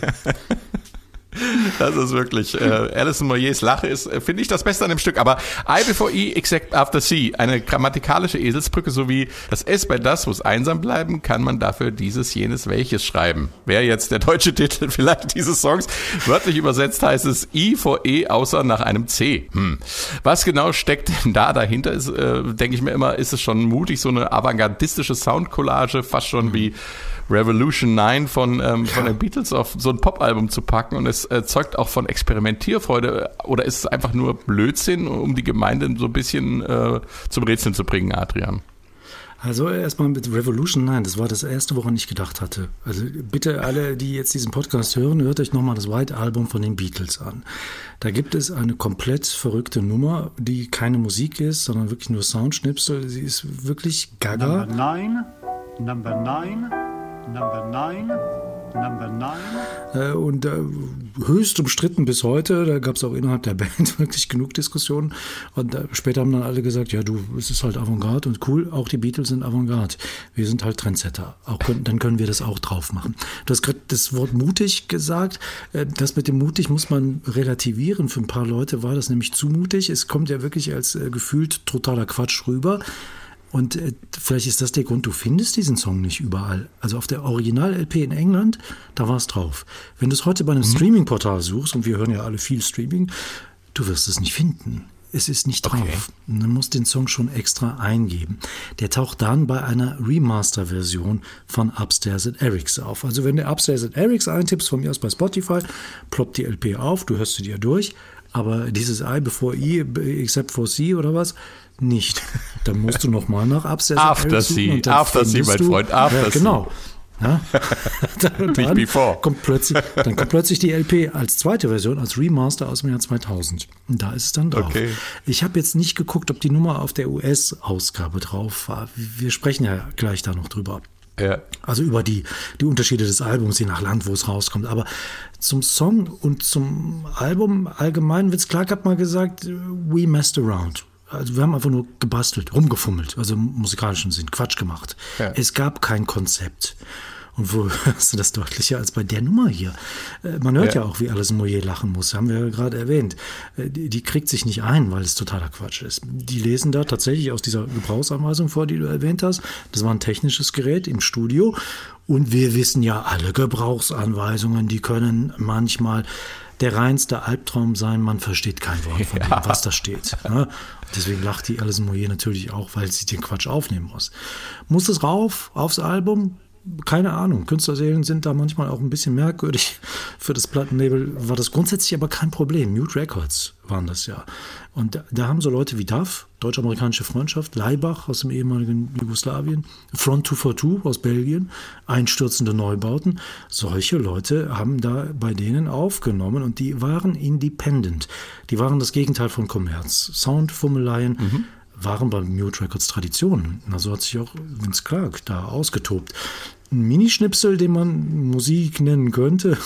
Das ist wirklich, äh, Alison Moyets Lache ist, äh, finde ich, das Beste an dem Stück. Aber I before E, except after C, eine grammatikalische Eselsbrücke, sowie das S bei das muss einsam bleiben, kann man dafür dieses, jenes, welches schreiben. Wäre jetzt der deutsche Titel vielleicht dieses Songs. Wörtlich übersetzt heißt es I vor E, außer nach einem C. Hm. Was genau steckt denn da dahinter? Ist, äh, denke ich mir immer, ist es schon mutig, so eine avantgardistische Soundcollage, fast schon wie Revolution neun von, ähm, von den Beatles auf so ein Popalbum zu packen und es äh, zeugt auch von Experimentierfreude oder ist es einfach nur Blödsinn, um die Gemeinde so ein bisschen äh, zum Rätseln zu bringen, Adrian? Also erstmal mit Revolution nein, das war das erste, woran ich gedacht hatte. Also bitte alle, die jetzt diesen Podcast hören, hört euch nochmal das White Album von den Beatles an. Da gibt es eine komplett verrückte Nummer, die keine Musik ist, sondern wirklich nur Soundschnipsel. Sie ist wirklich gaga. Number nine, number nine. Number nine, number nine. Und äh, höchst umstritten bis heute. Da gab es auch innerhalb der Band wirklich genug Diskussionen. Und äh, später haben dann alle gesagt, ja du, es ist halt Avantgarde und cool. Auch die Beatles sind Avantgarde. Wir sind halt Trendsetter. Auch können, dann können wir das auch drauf machen. Du hast gerade das Wort mutig gesagt. Äh, das mit dem mutig muss man relativieren. Für ein paar Leute war das nämlich zu mutig. Es kommt ja wirklich als äh, gefühlt totaler Quatsch rüber. Und äh, vielleicht ist das der Grund, du findest diesen Song nicht überall. Also auf der Original-L P in England, da war es drauf. Wenn du es heute bei einem mhm. Streaming-Portal suchst, und wir hören ja alle viel Streaming, du wirst es nicht finden. Es ist nicht drauf. Okay. Man muss den Song schon extra eingeben. Der taucht dann bei einer Remaster-Version von Upstairs at Eric's auf. Also wenn du Upstairs at Eric's eintippst, von mir aus bei Spotify, ploppt die L P auf, du hörst sie dir durch. Aber dieses I before E, except for C oder was, nicht. Dann musst du nochmal nach Upstairs at Eric's suchen. Und dann after C, mein Freund, after ja, genau. Ja? dann, Nicht before. Kommt plötzlich, dann kommt plötzlich die L P als zweite Version, als Remaster aus dem Jahr zweitausend. Und da ist es dann drauf. Okay. Ich habe jetzt nicht geguckt, ob die Nummer auf der U S-Ausgabe drauf war. Wir sprechen ja gleich da noch drüber. Ja. Also über die, die Unterschiede des Albums, je nach Land, wo es rauskommt. Aber zum Song und zum Album allgemein wird's klar, ich habe mal gesagt, we messed around. Also wir haben einfach nur gebastelt, rumgefummelt, also im musikalischen Sinn, Quatsch gemacht. Ja. Es gab kein Konzept. Und wo hörst du das deutlicher als bei der Nummer hier? Man hört ja, ja auch, wie Alison Moyet lachen muss, haben wir ja gerade erwähnt. Die, die kriegt sich nicht ein, weil es totaler Quatsch ist. Die lesen da tatsächlich aus dieser Gebrauchsanweisung vor, die du erwähnt hast. Das war ein technisches Gerät im Studio. Und wir wissen ja, alle Gebrauchsanweisungen, die können manchmal der reinste Albtraum sein. Man versteht kein Wort von dem, ja. was da steht. Ne? Deswegen lacht die Alison Moyet natürlich auch, weil sie den Quatsch aufnehmen muss. Muss es rauf aufs Album? Keine Ahnung, Künstlerseelen sind da manchmal auch ein bisschen merkwürdig. Für das Plattenlabel war das grundsätzlich aber kein Problem. Mute Records waren das ja. Und da, da haben so Leute wie Duff, Deutsch-Amerikanische Freundschaft, Laibach aus dem ehemaligen Jugoslawien, Front zwei vier zwei aus Belgien, einstürzende Neubauten. Solche Leute haben da bei denen aufgenommen und die waren independent. Die waren das Gegenteil von Kommerz. Soundfummeleien, mhm. waren bei Mute Records Traditionen. Also hat sich auch Vince Clarke da ausgetobt. Ein Minischnipsel, den man Musik nennen könnte,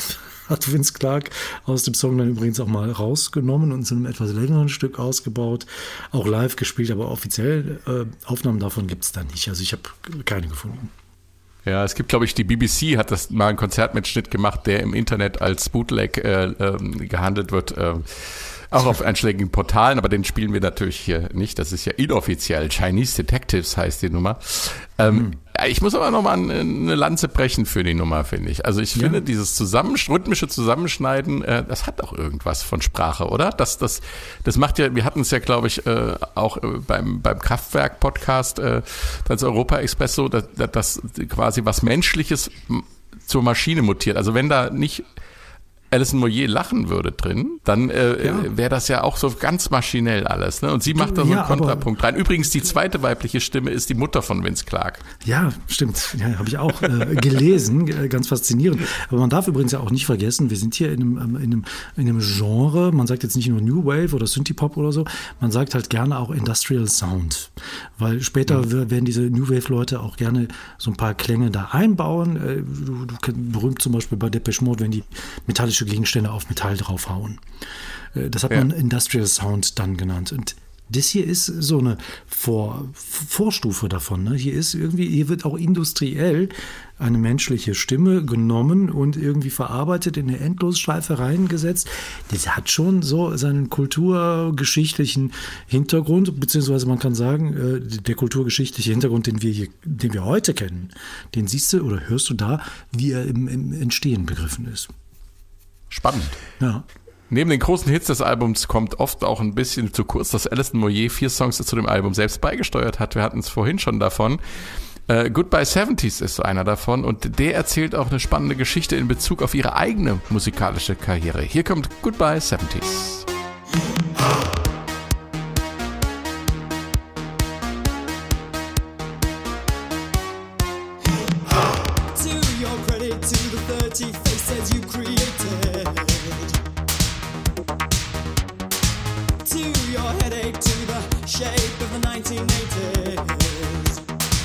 hat Vince Clarke aus dem Song dann übrigens auch mal rausgenommen und zu einem etwas längeren Stück ausgebaut. Auch live gespielt, aber offiziell äh, Aufnahmen davon gibt es da nicht. Also ich habe keine gefunden. Ja, es gibt, glaube ich, die B B C hat das mal einen Konzertmitschnitt gemacht, der im Internet als Bootleg äh, äh, gehandelt wird. Äh, auch auf einschlägigen Portalen, aber den spielen wir natürlich hier nicht. Das ist ja inoffiziell. Chinese Detectives heißt die Nummer. Ähm, mhm. Ich muss aber nochmal eine Lanze brechen für die Nummer, finde ich. Also ich finde, ja. dieses Zusammensch- rhythmische Zusammenschneiden, äh, das hat auch irgendwas von Sprache, oder? Das, das, das macht ja, wir hatten es ja, glaube ich, äh, auch äh, beim, beim Kraftwerk-Podcast, äh, das Europa-Express so, dass, dass quasi was Menschliches zur Maschine mutiert. Also wenn da nicht Alison Moyet lachen würde drin, dann äh, ja. wäre das ja auch so ganz maschinell alles. Ne? Und sie macht da so einen ja, Kontrapunkt rein. Übrigens, die zweite weibliche Stimme ist die Mutter von Vince Clarke. Ja, stimmt. Ja, habe ich auch äh, gelesen. Ganz faszinierend. Aber man darf übrigens ja auch nicht vergessen, wir sind hier in einem, in einem, in einem Genre, man sagt jetzt nicht nur New Wave oder Synthie-Pop oder so, man sagt halt gerne auch Industrial Sound. Weil später mhm. werden diese New Wave-Leute auch gerne so ein paar Klänge da einbauen. Äh, du, du, berühmt zum Beispiel bei Depeche Mode, wenn die metallische Gegenstände auf Metall draufhauen. Das hat ja. man Industrial Sound dann genannt. Und das hier ist so eine Vor- Vorstufe davon. Ne? Hier ist irgendwie, hier wird auch industriell eine menschliche Stimme genommen und irgendwie verarbeitet, in eine Endlosschleife reingesetzt. Das hat schon so seinen kulturgeschichtlichen Hintergrund, beziehungsweise man kann sagen, der kulturgeschichtliche Hintergrund, den wir hier, den wir heute kennen, den siehst du oder hörst du da, wie er im, im Entstehen begriffen ist. Spannend. Ja. Neben den großen Hits des Albums kommt oft auch ein bisschen zu kurz, dass Alison Moyet vier Songs zu dem Album selbst beigesteuert hat. Wir hatten es vorhin schon davon. Äh, Goodbye Seventies ist so einer davon und der erzählt auch eine spannende Geschichte in Bezug auf ihre eigene musikalische Karriere. Hier kommt Goodbye Seventies. Faces you created, to your headache, to the shape of the nineteen eighties.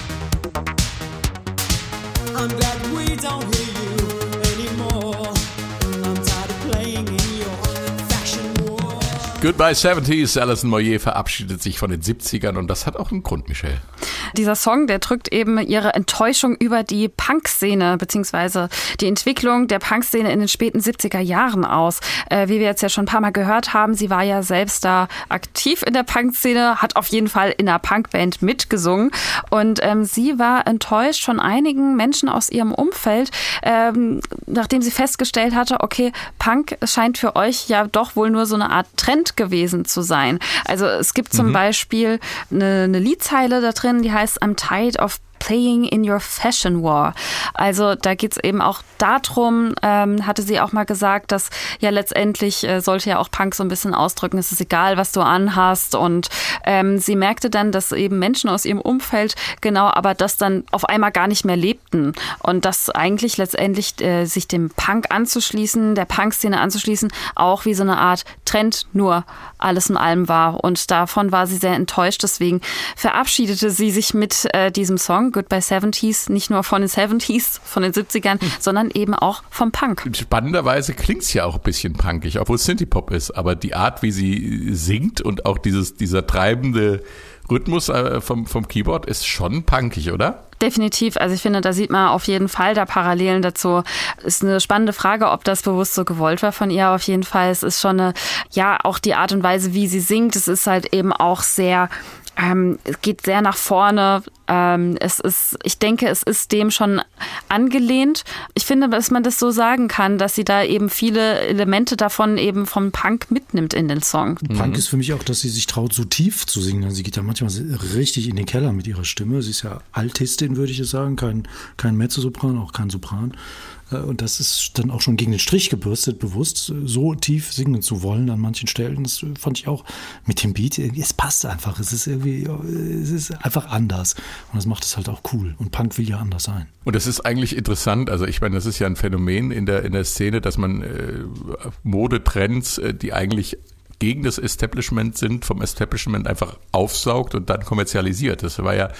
I'm glad we don't hear you anymore. I'm tired of playing in your fashion war. Goodbye Seventies, Alison Moyet verabschiedet sich von den siebzigern und das hat auch einen Grund, Michelle. Dieser Song, der drückt eben ihre Enttäuschung über die Punk-Szene beziehungsweise die Entwicklung der Punk-Szene in den späten siebziger Jahren aus. Äh, wie wir jetzt ja schon ein paar Mal gehört haben, sie war ja selbst da aktiv in der Punk-Szene, hat auf jeden Fall in einer Punkband mitgesungen und ähm, sie war enttäuscht von einigen Menschen aus ihrem Umfeld, ähm, nachdem sie festgestellt hatte, okay, Punk scheint für euch ja doch wohl nur so eine Art Trend gewesen zu sein. Also es gibt zum mhm. Beispiel eine, eine Liedzeile da drin, die heißt I'm tired of playing in your fashion war. Also da geht es eben auch darum, ähm, hatte sie auch mal gesagt, dass ja letztendlich äh, sollte ja auch Punk so ein bisschen ausdrücken, es ist egal, was du anhast und ähm, sie merkte dann, dass eben Menschen aus ihrem Umfeld genau aber das dann auf einmal gar nicht mehr lebten und dass eigentlich letztendlich äh, sich dem Punk anzuschließen, der Punk-Szene anzuschließen, auch wie so eine Art Trend nur alles in allem war und davon war sie sehr enttäuscht, deswegen verabschiedete sie sich mit äh, diesem Song Goodbye Seventies, nicht nur von den Seventies, von den siebzigern, hm. sondern eben auch vom Punk. Spannenderweise klingt es ja auch ein bisschen punkig, obwohl es Synthie-Pop ist, aber die Art, wie sie singt und auch dieses, dieser treibende Rhythmus vom, vom Keyboard ist schon punkig, oder? Definitiv. Also ich finde, da sieht man auf jeden Fall da Parallelen dazu. Ist eine spannende Frage, ob das bewusst so gewollt war von ihr. Auf jeden Fall. Es ist schon eine, ja, auch die Art und Weise, wie sie singt. Es ist halt eben auch sehr, ähm, es geht sehr nach vorne. Ähm, es ist, ich denke, es ist dem schon angelehnt. Ich finde, dass man das so sagen kann, dass sie da eben viele Elemente davon eben vom Punk mitnimmt in den Song. Mhm. Punk ist für mich auch, dass sie sich traut, so tief zu singen. Sie geht ja manchmal richtig in den Keller mit ihrer Stimme. Sie ist ja Altistin, würde ich jetzt sagen, kein, kein Mezzosopran, auch kein Sopran. Und das ist dann auch schon gegen den Strich gebürstet, bewusst so tief singen zu wollen an manchen Stellen. Das fand ich auch mit dem Beat, es passt einfach. Es ist irgendwie, es ist einfach anders. Und das macht es halt auch cool. Und Punk will ja anders sein. Und das ist eigentlich interessant. Also ich meine, das ist ja ein Phänomen in der, in der Szene, dass man äh, Modetrends, äh, die eigentlich gegen das Establishment sind, vom Establishment einfach aufsaugt und dann kommerzialisiert. Das war ja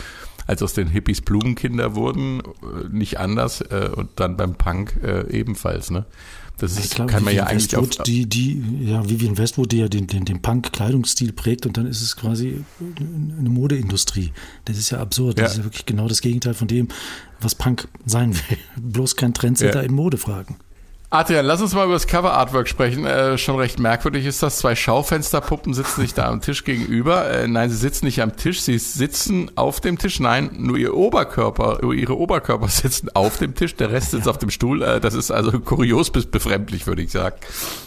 als aus den Hippies Blumenkinder wurden, nicht anders äh, und dann beim Punk äh, ebenfalls, ne? Das ist, ich glaube, kann man Vivian ja eigentlich Westwood, auf, die, die, ja, Vivian Westwood, die ja den, den, den Punk-Kleidungsstil prägt und dann ist es quasi eine Modeindustrie. Das ist ja absurd. Das ja. ist ja wirklich genau das Gegenteil von dem, was Punk sein will. Bloß kein Trendsetter ja. in Modefragen. Adrian, lass uns mal über das Cover-Artwork sprechen. Äh, schon recht merkwürdig ist das. Zwei Schaufensterpuppen sitzen sich da am Tisch gegenüber. Äh, nein, sie sitzen nicht am Tisch, sie sitzen auf dem Tisch. Nein, nur ihr Oberkörper, ihre Oberkörper sitzen auf dem Tisch, der Rest sitzt ja. auf dem Stuhl. Äh, das ist also kurios bis befremdlich, würde ich sagen.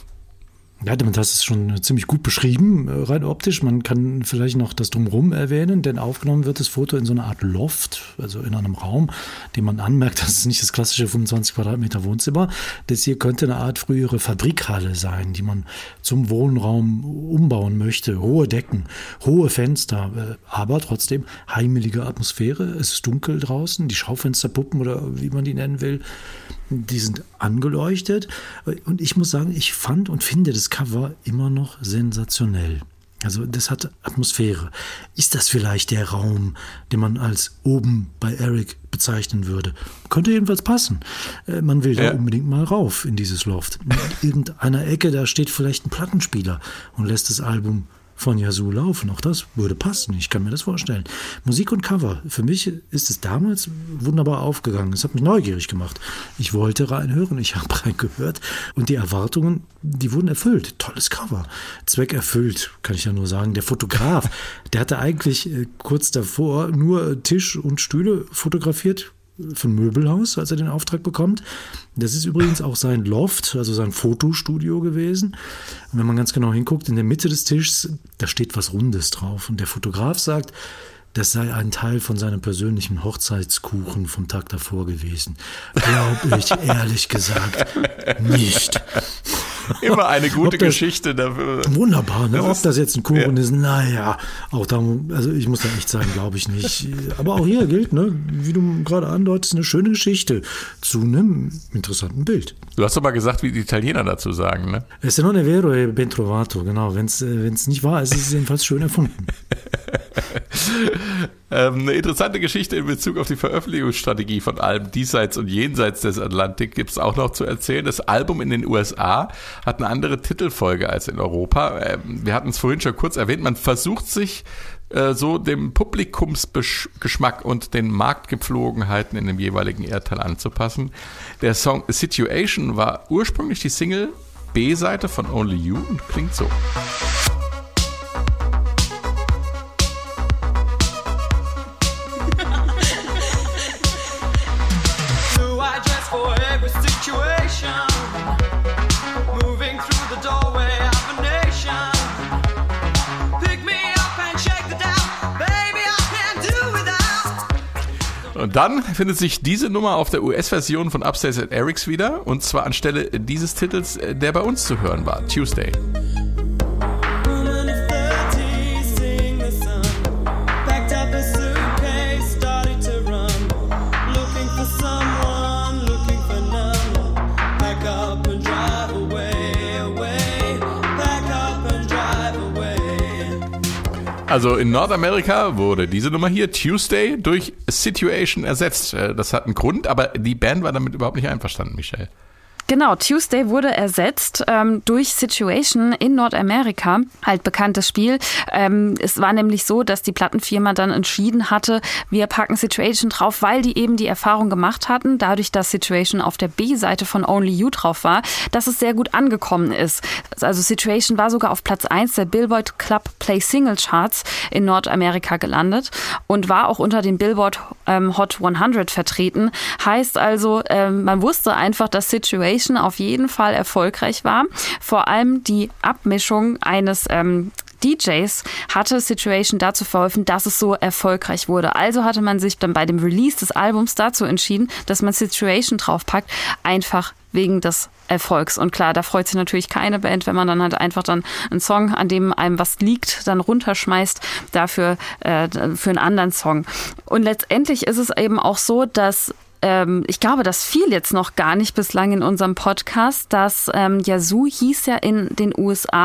Ja, damit hast du es schon ziemlich gut beschrieben, rein optisch. Man kann vielleicht noch das Drumherum erwähnen, denn aufgenommen wird das Foto in so einer Art Loft, also in einem Raum, den man anmerkt, das ist nicht das klassische fünfundzwanzig Quadratmeter Wohnzimmer. Das hier könnte eine Art frühere Fabrikhalle sein, die man zum Wohnraum umbauen möchte. Hohe Decken, hohe Fenster, aber trotzdem heimelige Atmosphäre. Es ist dunkel draußen, die Schaufensterpuppen oder wie man die nennen will, die sind angeleuchtet. Und ich muss sagen, ich fand und finde das Cover immer noch sensationell. Also das hat Atmosphäre. Ist das vielleicht der Raum, den man als oben bei Eric bezeichnen würde? Könnte jedenfalls passen. Man will ja. da unbedingt mal rauf in dieses Loft. In irgendeiner Ecke, da steht vielleicht ein Plattenspieler und lässt das Album von Yazoo laufen. Auch das würde passen. Ich kann mir das vorstellen. Musik und Cover. Für mich ist es damals wunderbar aufgegangen. Es hat mich neugierig gemacht. Ich wollte reinhören. Ich habe reingehört. Und die Erwartungen, die wurden erfüllt. Tolles Cover. Zweck erfüllt, kann ich ja nur sagen. Der Fotograf, der hatte eigentlich äh, kurz davor nur Tisch und Stühle fotografiert für ein Möbelhaus, als er den Auftrag bekommt. Das ist übrigens auch sein Loft, also sein Fotostudio gewesen. Und wenn man ganz genau hinguckt, in der Mitte des Tisches, da steht was Rundes drauf. Und der Fotograf sagt, das sei ein Teil von seinem persönlichen Hochzeitskuchen vom Tag davor gewesen. Glaube ich ehrlich gesagt nicht. Immer eine gute das, Geschichte dafür. Wunderbar, ne? Das Ob ist, das jetzt ein Kuchen ja. ist, naja, auch da, also ich muss da echt sagen, glaube ich nicht. Aber auch hier gilt, ne, wie du gerade andeutest, eine schöne Geschichte zu einem interessanten Bild. Du hast doch mal gesagt, wie die Italiener dazu sagen, ne? Se non è vero è ben trovato, genau. Wenn es nicht wahr ist, ist es jedenfalls schön erfunden. ähm, eine interessante Geschichte in Bezug auf die Veröffentlichungsstrategie von Alben diesseits und jenseits des Atlantik gibt es auch noch zu erzählen. Das Album in den U S A hat eine andere Titelfolge als in Europa. Ähm, wir hatten es vorhin schon kurz erwähnt. Man versucht sich äh, so dem Publikumsgeschmack und den Marktgepflogenheiten in dem jeweiligen Erdteil anzupassen. Der Song Situation war ursprünglich die Single B-Seite von Only You und klingt so. Und dann findet sich diese Nummer auf der U S-Version von Upstairs at Eric's wieder, und zwar anstelle dieses Titels, der bei uns zu hören war, Tuesday. Also in Nordamerika wurde diese Nummer hier, Tuesday, durch Situation ersetzt. Das hat einen Grund, aber die Band war damit überhaupt nicht einverstanden, Michelle. Genau, Tuesday wurde ersetzt ähm, durch Situation in Nordamerika, halt bekanntes Spiel. Ähm, es war nämlich so, dass die Plattenfirma dann entschieden hatte, wir packen Situation drauf, weil die eben die Erfahrung gemacht hatten, dadurch, dass Situation auf der B-Seite von Only You drauf war, dass es sehr gut angekommen ist. Also Situation war sogar auf Platz eins der Billboard Club Play Single Charts in Nordamerika gelandet und war auch unter den Billboard ähm, Hot hundert vertreten. Heißt also, ähm, man wusste einfach, dass Situation auf jeden Fall erfolgreich war. Vor allem die Abmischung eines ähm, D Js hatte Situation dazu verholfen, dass es so erfolgreich wurde. Also hatte man sich dann bei dem Release des Albums dazu entschieden, dass man Situation draufpackt, einfach wegen des Erfolgs. Und klar, da freut sich natürlich keine Band, wenn man dann halt einfach dann einen Song, an dem einem was liegt, dann runterschmeißt, dafür äh, für einen anderen Song. Und letztendlich ist es eben auch so, dass ich glaube, das fiel jetzt noch gar nicht bislang in unserem Podcast, dass ähm, Yazoo hieß ja in den U S A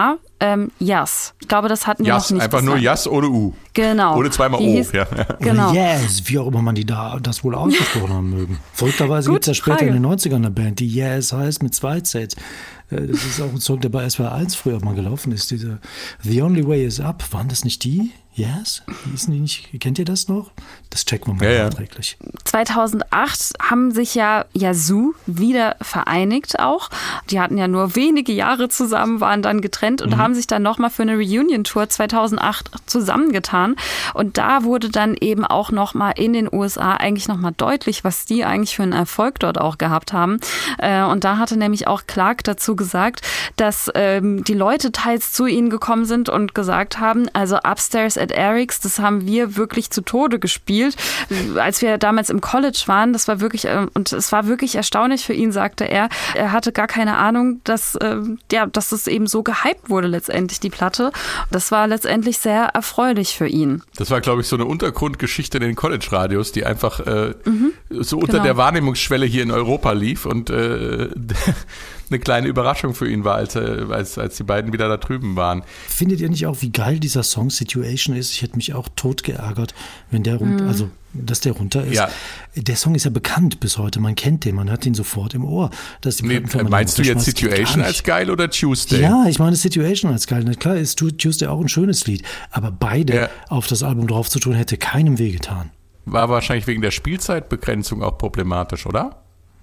ähm, Yas. Ich glaube, das hatten wir Yas, noch nicht einfach gesagt. nur Yas ohne U. Genau. Ohne zweimal Die O. hieß- Ja. Genau. Oder Yes, wie auch immer man die da das wohl ausgesprochen haben mögen. Verrückterweise Gute gibt es ja später Frage. in den neunzigern eine Band, die Yes heißt mit zwei Z. Äh, Das ist auch ein Song, der bei S W R eins früher mal gelaufen ist. Diese The Only Way Is Up. Waren das nicht die? Yes? Hießen die nicht? Kennt ihr das noch? Das checken wir mal Ja, ja. nachträglich. zweitausendacht haben sich ja Yazoo wieder vereinigt auch. Die hatten ja nur wenige Jahre zusammen, waren dann getrennt und haben sich dann nochmal für eine Reunion-Tour zweitausendacht zusammengetan. Und da wurde dann eben auch nochmal in den U S A eigentlich nochmal deutlich, was die eigentlich für einen Erfolg dort auch gehabt haben. Äh, Und da hatte nämlich auch Clark dazu gesagt, dass ähm, die Leute teils zu ihnen gekommen sind und gesagt haben, also Upstairs at Eric's, das haben wir wirklich zu Tode gespielt. Als wir damals im College waren, das war wirklich, äh, und es war wirklich erstaunlich für ihn, sagte er. Er hatte gar keine Ahnung, dass, äh, ja, dass es eben so gehypt wurde letztendlich, die Platte. Das war letztendlich sehr erfreulich für ihn. Das war, glaube ich, so eine Untergrundgeschichte in den College-Radios, die einfach äh, so unter genau. der Wahrnehmungsschwelle hier in Europa lief und äh, eine kleine Überraschung für ihn war, als, er- als, als die beiden wieder da drüben waren. Findet ihr nicht auch, wie geil dieser Song Situation ist? Ich hätte mich auch tot geärgert, wenn der runter, also dass der runter ist. Ja. Der Song ist ja bekannt bis heute, man kennt den, man hat ihn sofort im Ohr. Dass die Nee, Plattenfirma den meinst du jetzt runterschmeißt, geht gar Situation nicht. als geil oder Tuesday? Ja, ich meine Situation als geil. Na klar ist Tuesday auch ein schönes Lied, aber beide Ja. auf das Album drauf zu tun, hätte keinem wehgetan. War wahrscheinlich wegen der Spielzeitbegrenzung auch problematisch, oder?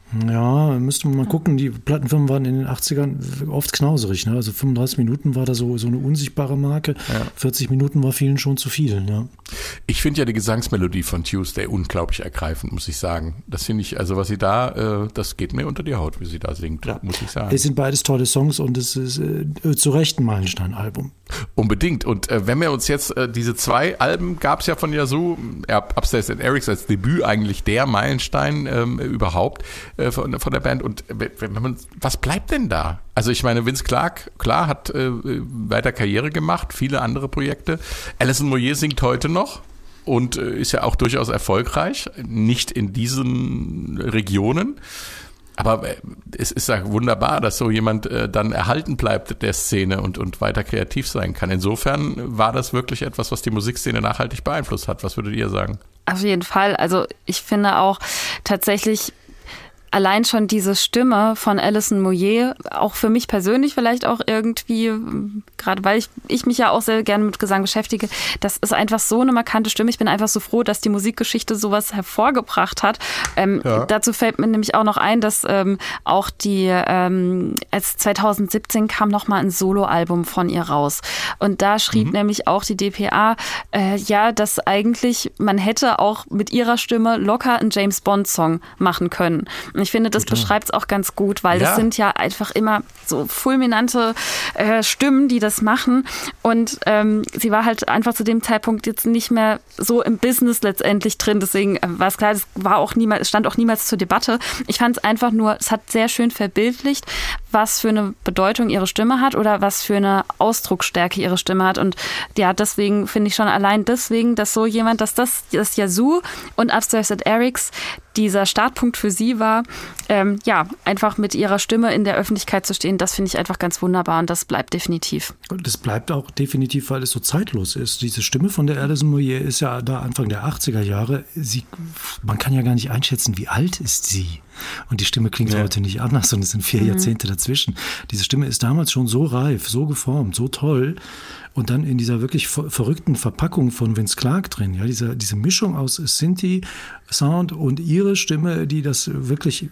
Ja, müsste man mal gucken. Die Plattenfirmen waren in den achtzigern oft knauserig. Ne? Also fünfunddreißig Minuten war da so, so eine unsichtbare Marke. vierzig Minuten war vielen schon zu viel. Ja. Ich finde ja die Gesangsmelodie von Tuesday unglaublich ergreifend, muss ich sagen. Das finde ich, also was sie da, äh, das geht mir unter die Haut, wie sie da singt, muss ich sagen. Es sind beides tolle Songs und es ist äh, zu Recht ein Meilenstein-Album. Unbedingt. Und äh, wenn wir uns jetzt äh, diese zwei Alben gab es ja von Yazoo, ja, Upstairs at Eric's als Debüt eigentlich der Meilenstein ähm, überhaupt äh, von, von der Band. Und wenn, wenn man, was bleibt denn da? Also ich meine, Vince Clarke, klar, hat äh, weiter Karriere gemacht, viele andere Projekte. Alison Moyet singt heute noch und äh, ist ja auch durchaus erfolgreich, nicht in diesen Regionen. Aber es ist ja wunderbar, dass so jemand äh, dann erhalten bleibt der Szene und, und weiter kreativ sein kann. Insofern war das wirklich etwas, was die Musikszene nachhaltig beeinflusst hat. Was würdet ihr sagen? Auf jeden Fall. Also ich finde auch tatsächlich allein schon diese Stimme von Alison Moyet, auch für mich persönlich vielleicht auch irgendwie, gerade weil ich, ich mich ja auch sehr gerne mit Gesang beschäftige, das ist einfach so eine markante Stimme. Ich bin einfach so froh, dass die Musikgeschichte sowas hervorgebracht hat. Ähm, Ja. Dazu fällt mir nämlich auch noch ein, dass ähm, auch die, ähm, als zweitausendsiebzehn kam noch mal ein Soloalbum von ihr raus. Und da schrieb Mhm. nämlich auch die D P A, äh, ja, dass eigentlich man hätte auch mit ihrer Stimme locker einen James-Bond-Song machen können. Und ich finde, das beschreibt es auch ganz gut, weil Ja. das sind ja einfach immer so fulminante äh, Stimmen, die das machen. Und ähm, sie war halt einfach zu dem Zeitpunkt jetzt nicht mehr so im Business letztendlich drin. Deswegen äh, war es klar, das war auch niemals, stand auch niemals zur Debatte. Ich fand es einfach nur, es hat sehr schön verbildlicht, was für eine Bedeutung ihre Stimme hat oder was für eine Ausdrucksstärke ihre Stimme hat. Und ja, deswegen finde ich schon allein deswegen, dass so jemand, dass das, das Yazoo und Upstairs at Eric's dieser Startpunkt für sie war, ähm, ja, einfach mit ihrer Stimme in der Öffentlichkeit zu stehen, das finde ich einfach ganz wunderbar und das bleibt definitiv. Und das bleibt auch definitiv, weil es so zeitlos ist. Diese Stimme von der Alison Moyet ist ja da Anfang der achtziger Jahre. Sie, man kann ja gar nicht einschätzen, wie alt ist sie. Und die Stimme klingt Ja. heute nicht anders und es sind vier Mhm. Jahrzehnte dazwischen. Diese Stimme ist damals schon so reif, so geformt, so toll. Und dann in dieser wirklich ver- verrückten Verpackung von Vince Clarke drin, ja, diese, diese Mischung aus Synthi-Sound und ihre Stimme, die das wirklich,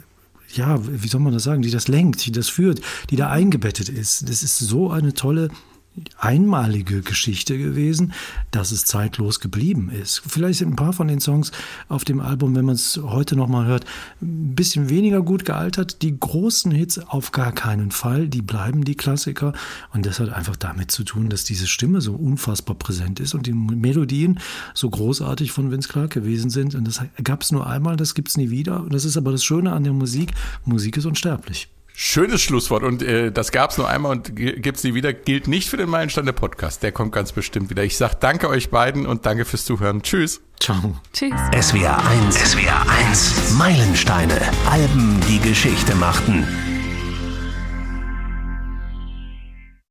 ja, wie soll man das sagen, die das lenkt, die das führt, die da eingebettet ist. Das ist so eine tolle, einmalige Geschichte gewesen, dass es zeitlos geblieben ist. Vielleicht sind ein paar von den Songs auf dem Album, wenn man es heute nochmal hört, ein bisschen weniger gut gealtert. Die großen Hits auf gar keinen Fall, die bleiben die Klassiker. Und das hat einfach damit zu tun, dass diese Stimme so unfassbar präsent ist und die Melodien so großartig von Vince Clarke gewesen sind. Und das gab es nur einmal, das gibt es nie wieder. Und das ist aber das Schöne an der Musik. Musik ist unsterblich. Schönes Schlusswort und äh, das gab es nur einmal und g- gibt's nie wieder. Gilt nicht für den Meilenstein der Podcast. Der kommt ganz bestimmt wieder. Ich sag danke euch beiden und danke fürs Zuhören. Tschüss. Ciao. Tschüss. S W R eins. S W R eins. Meilensteine. Alben, die Geschichte machten.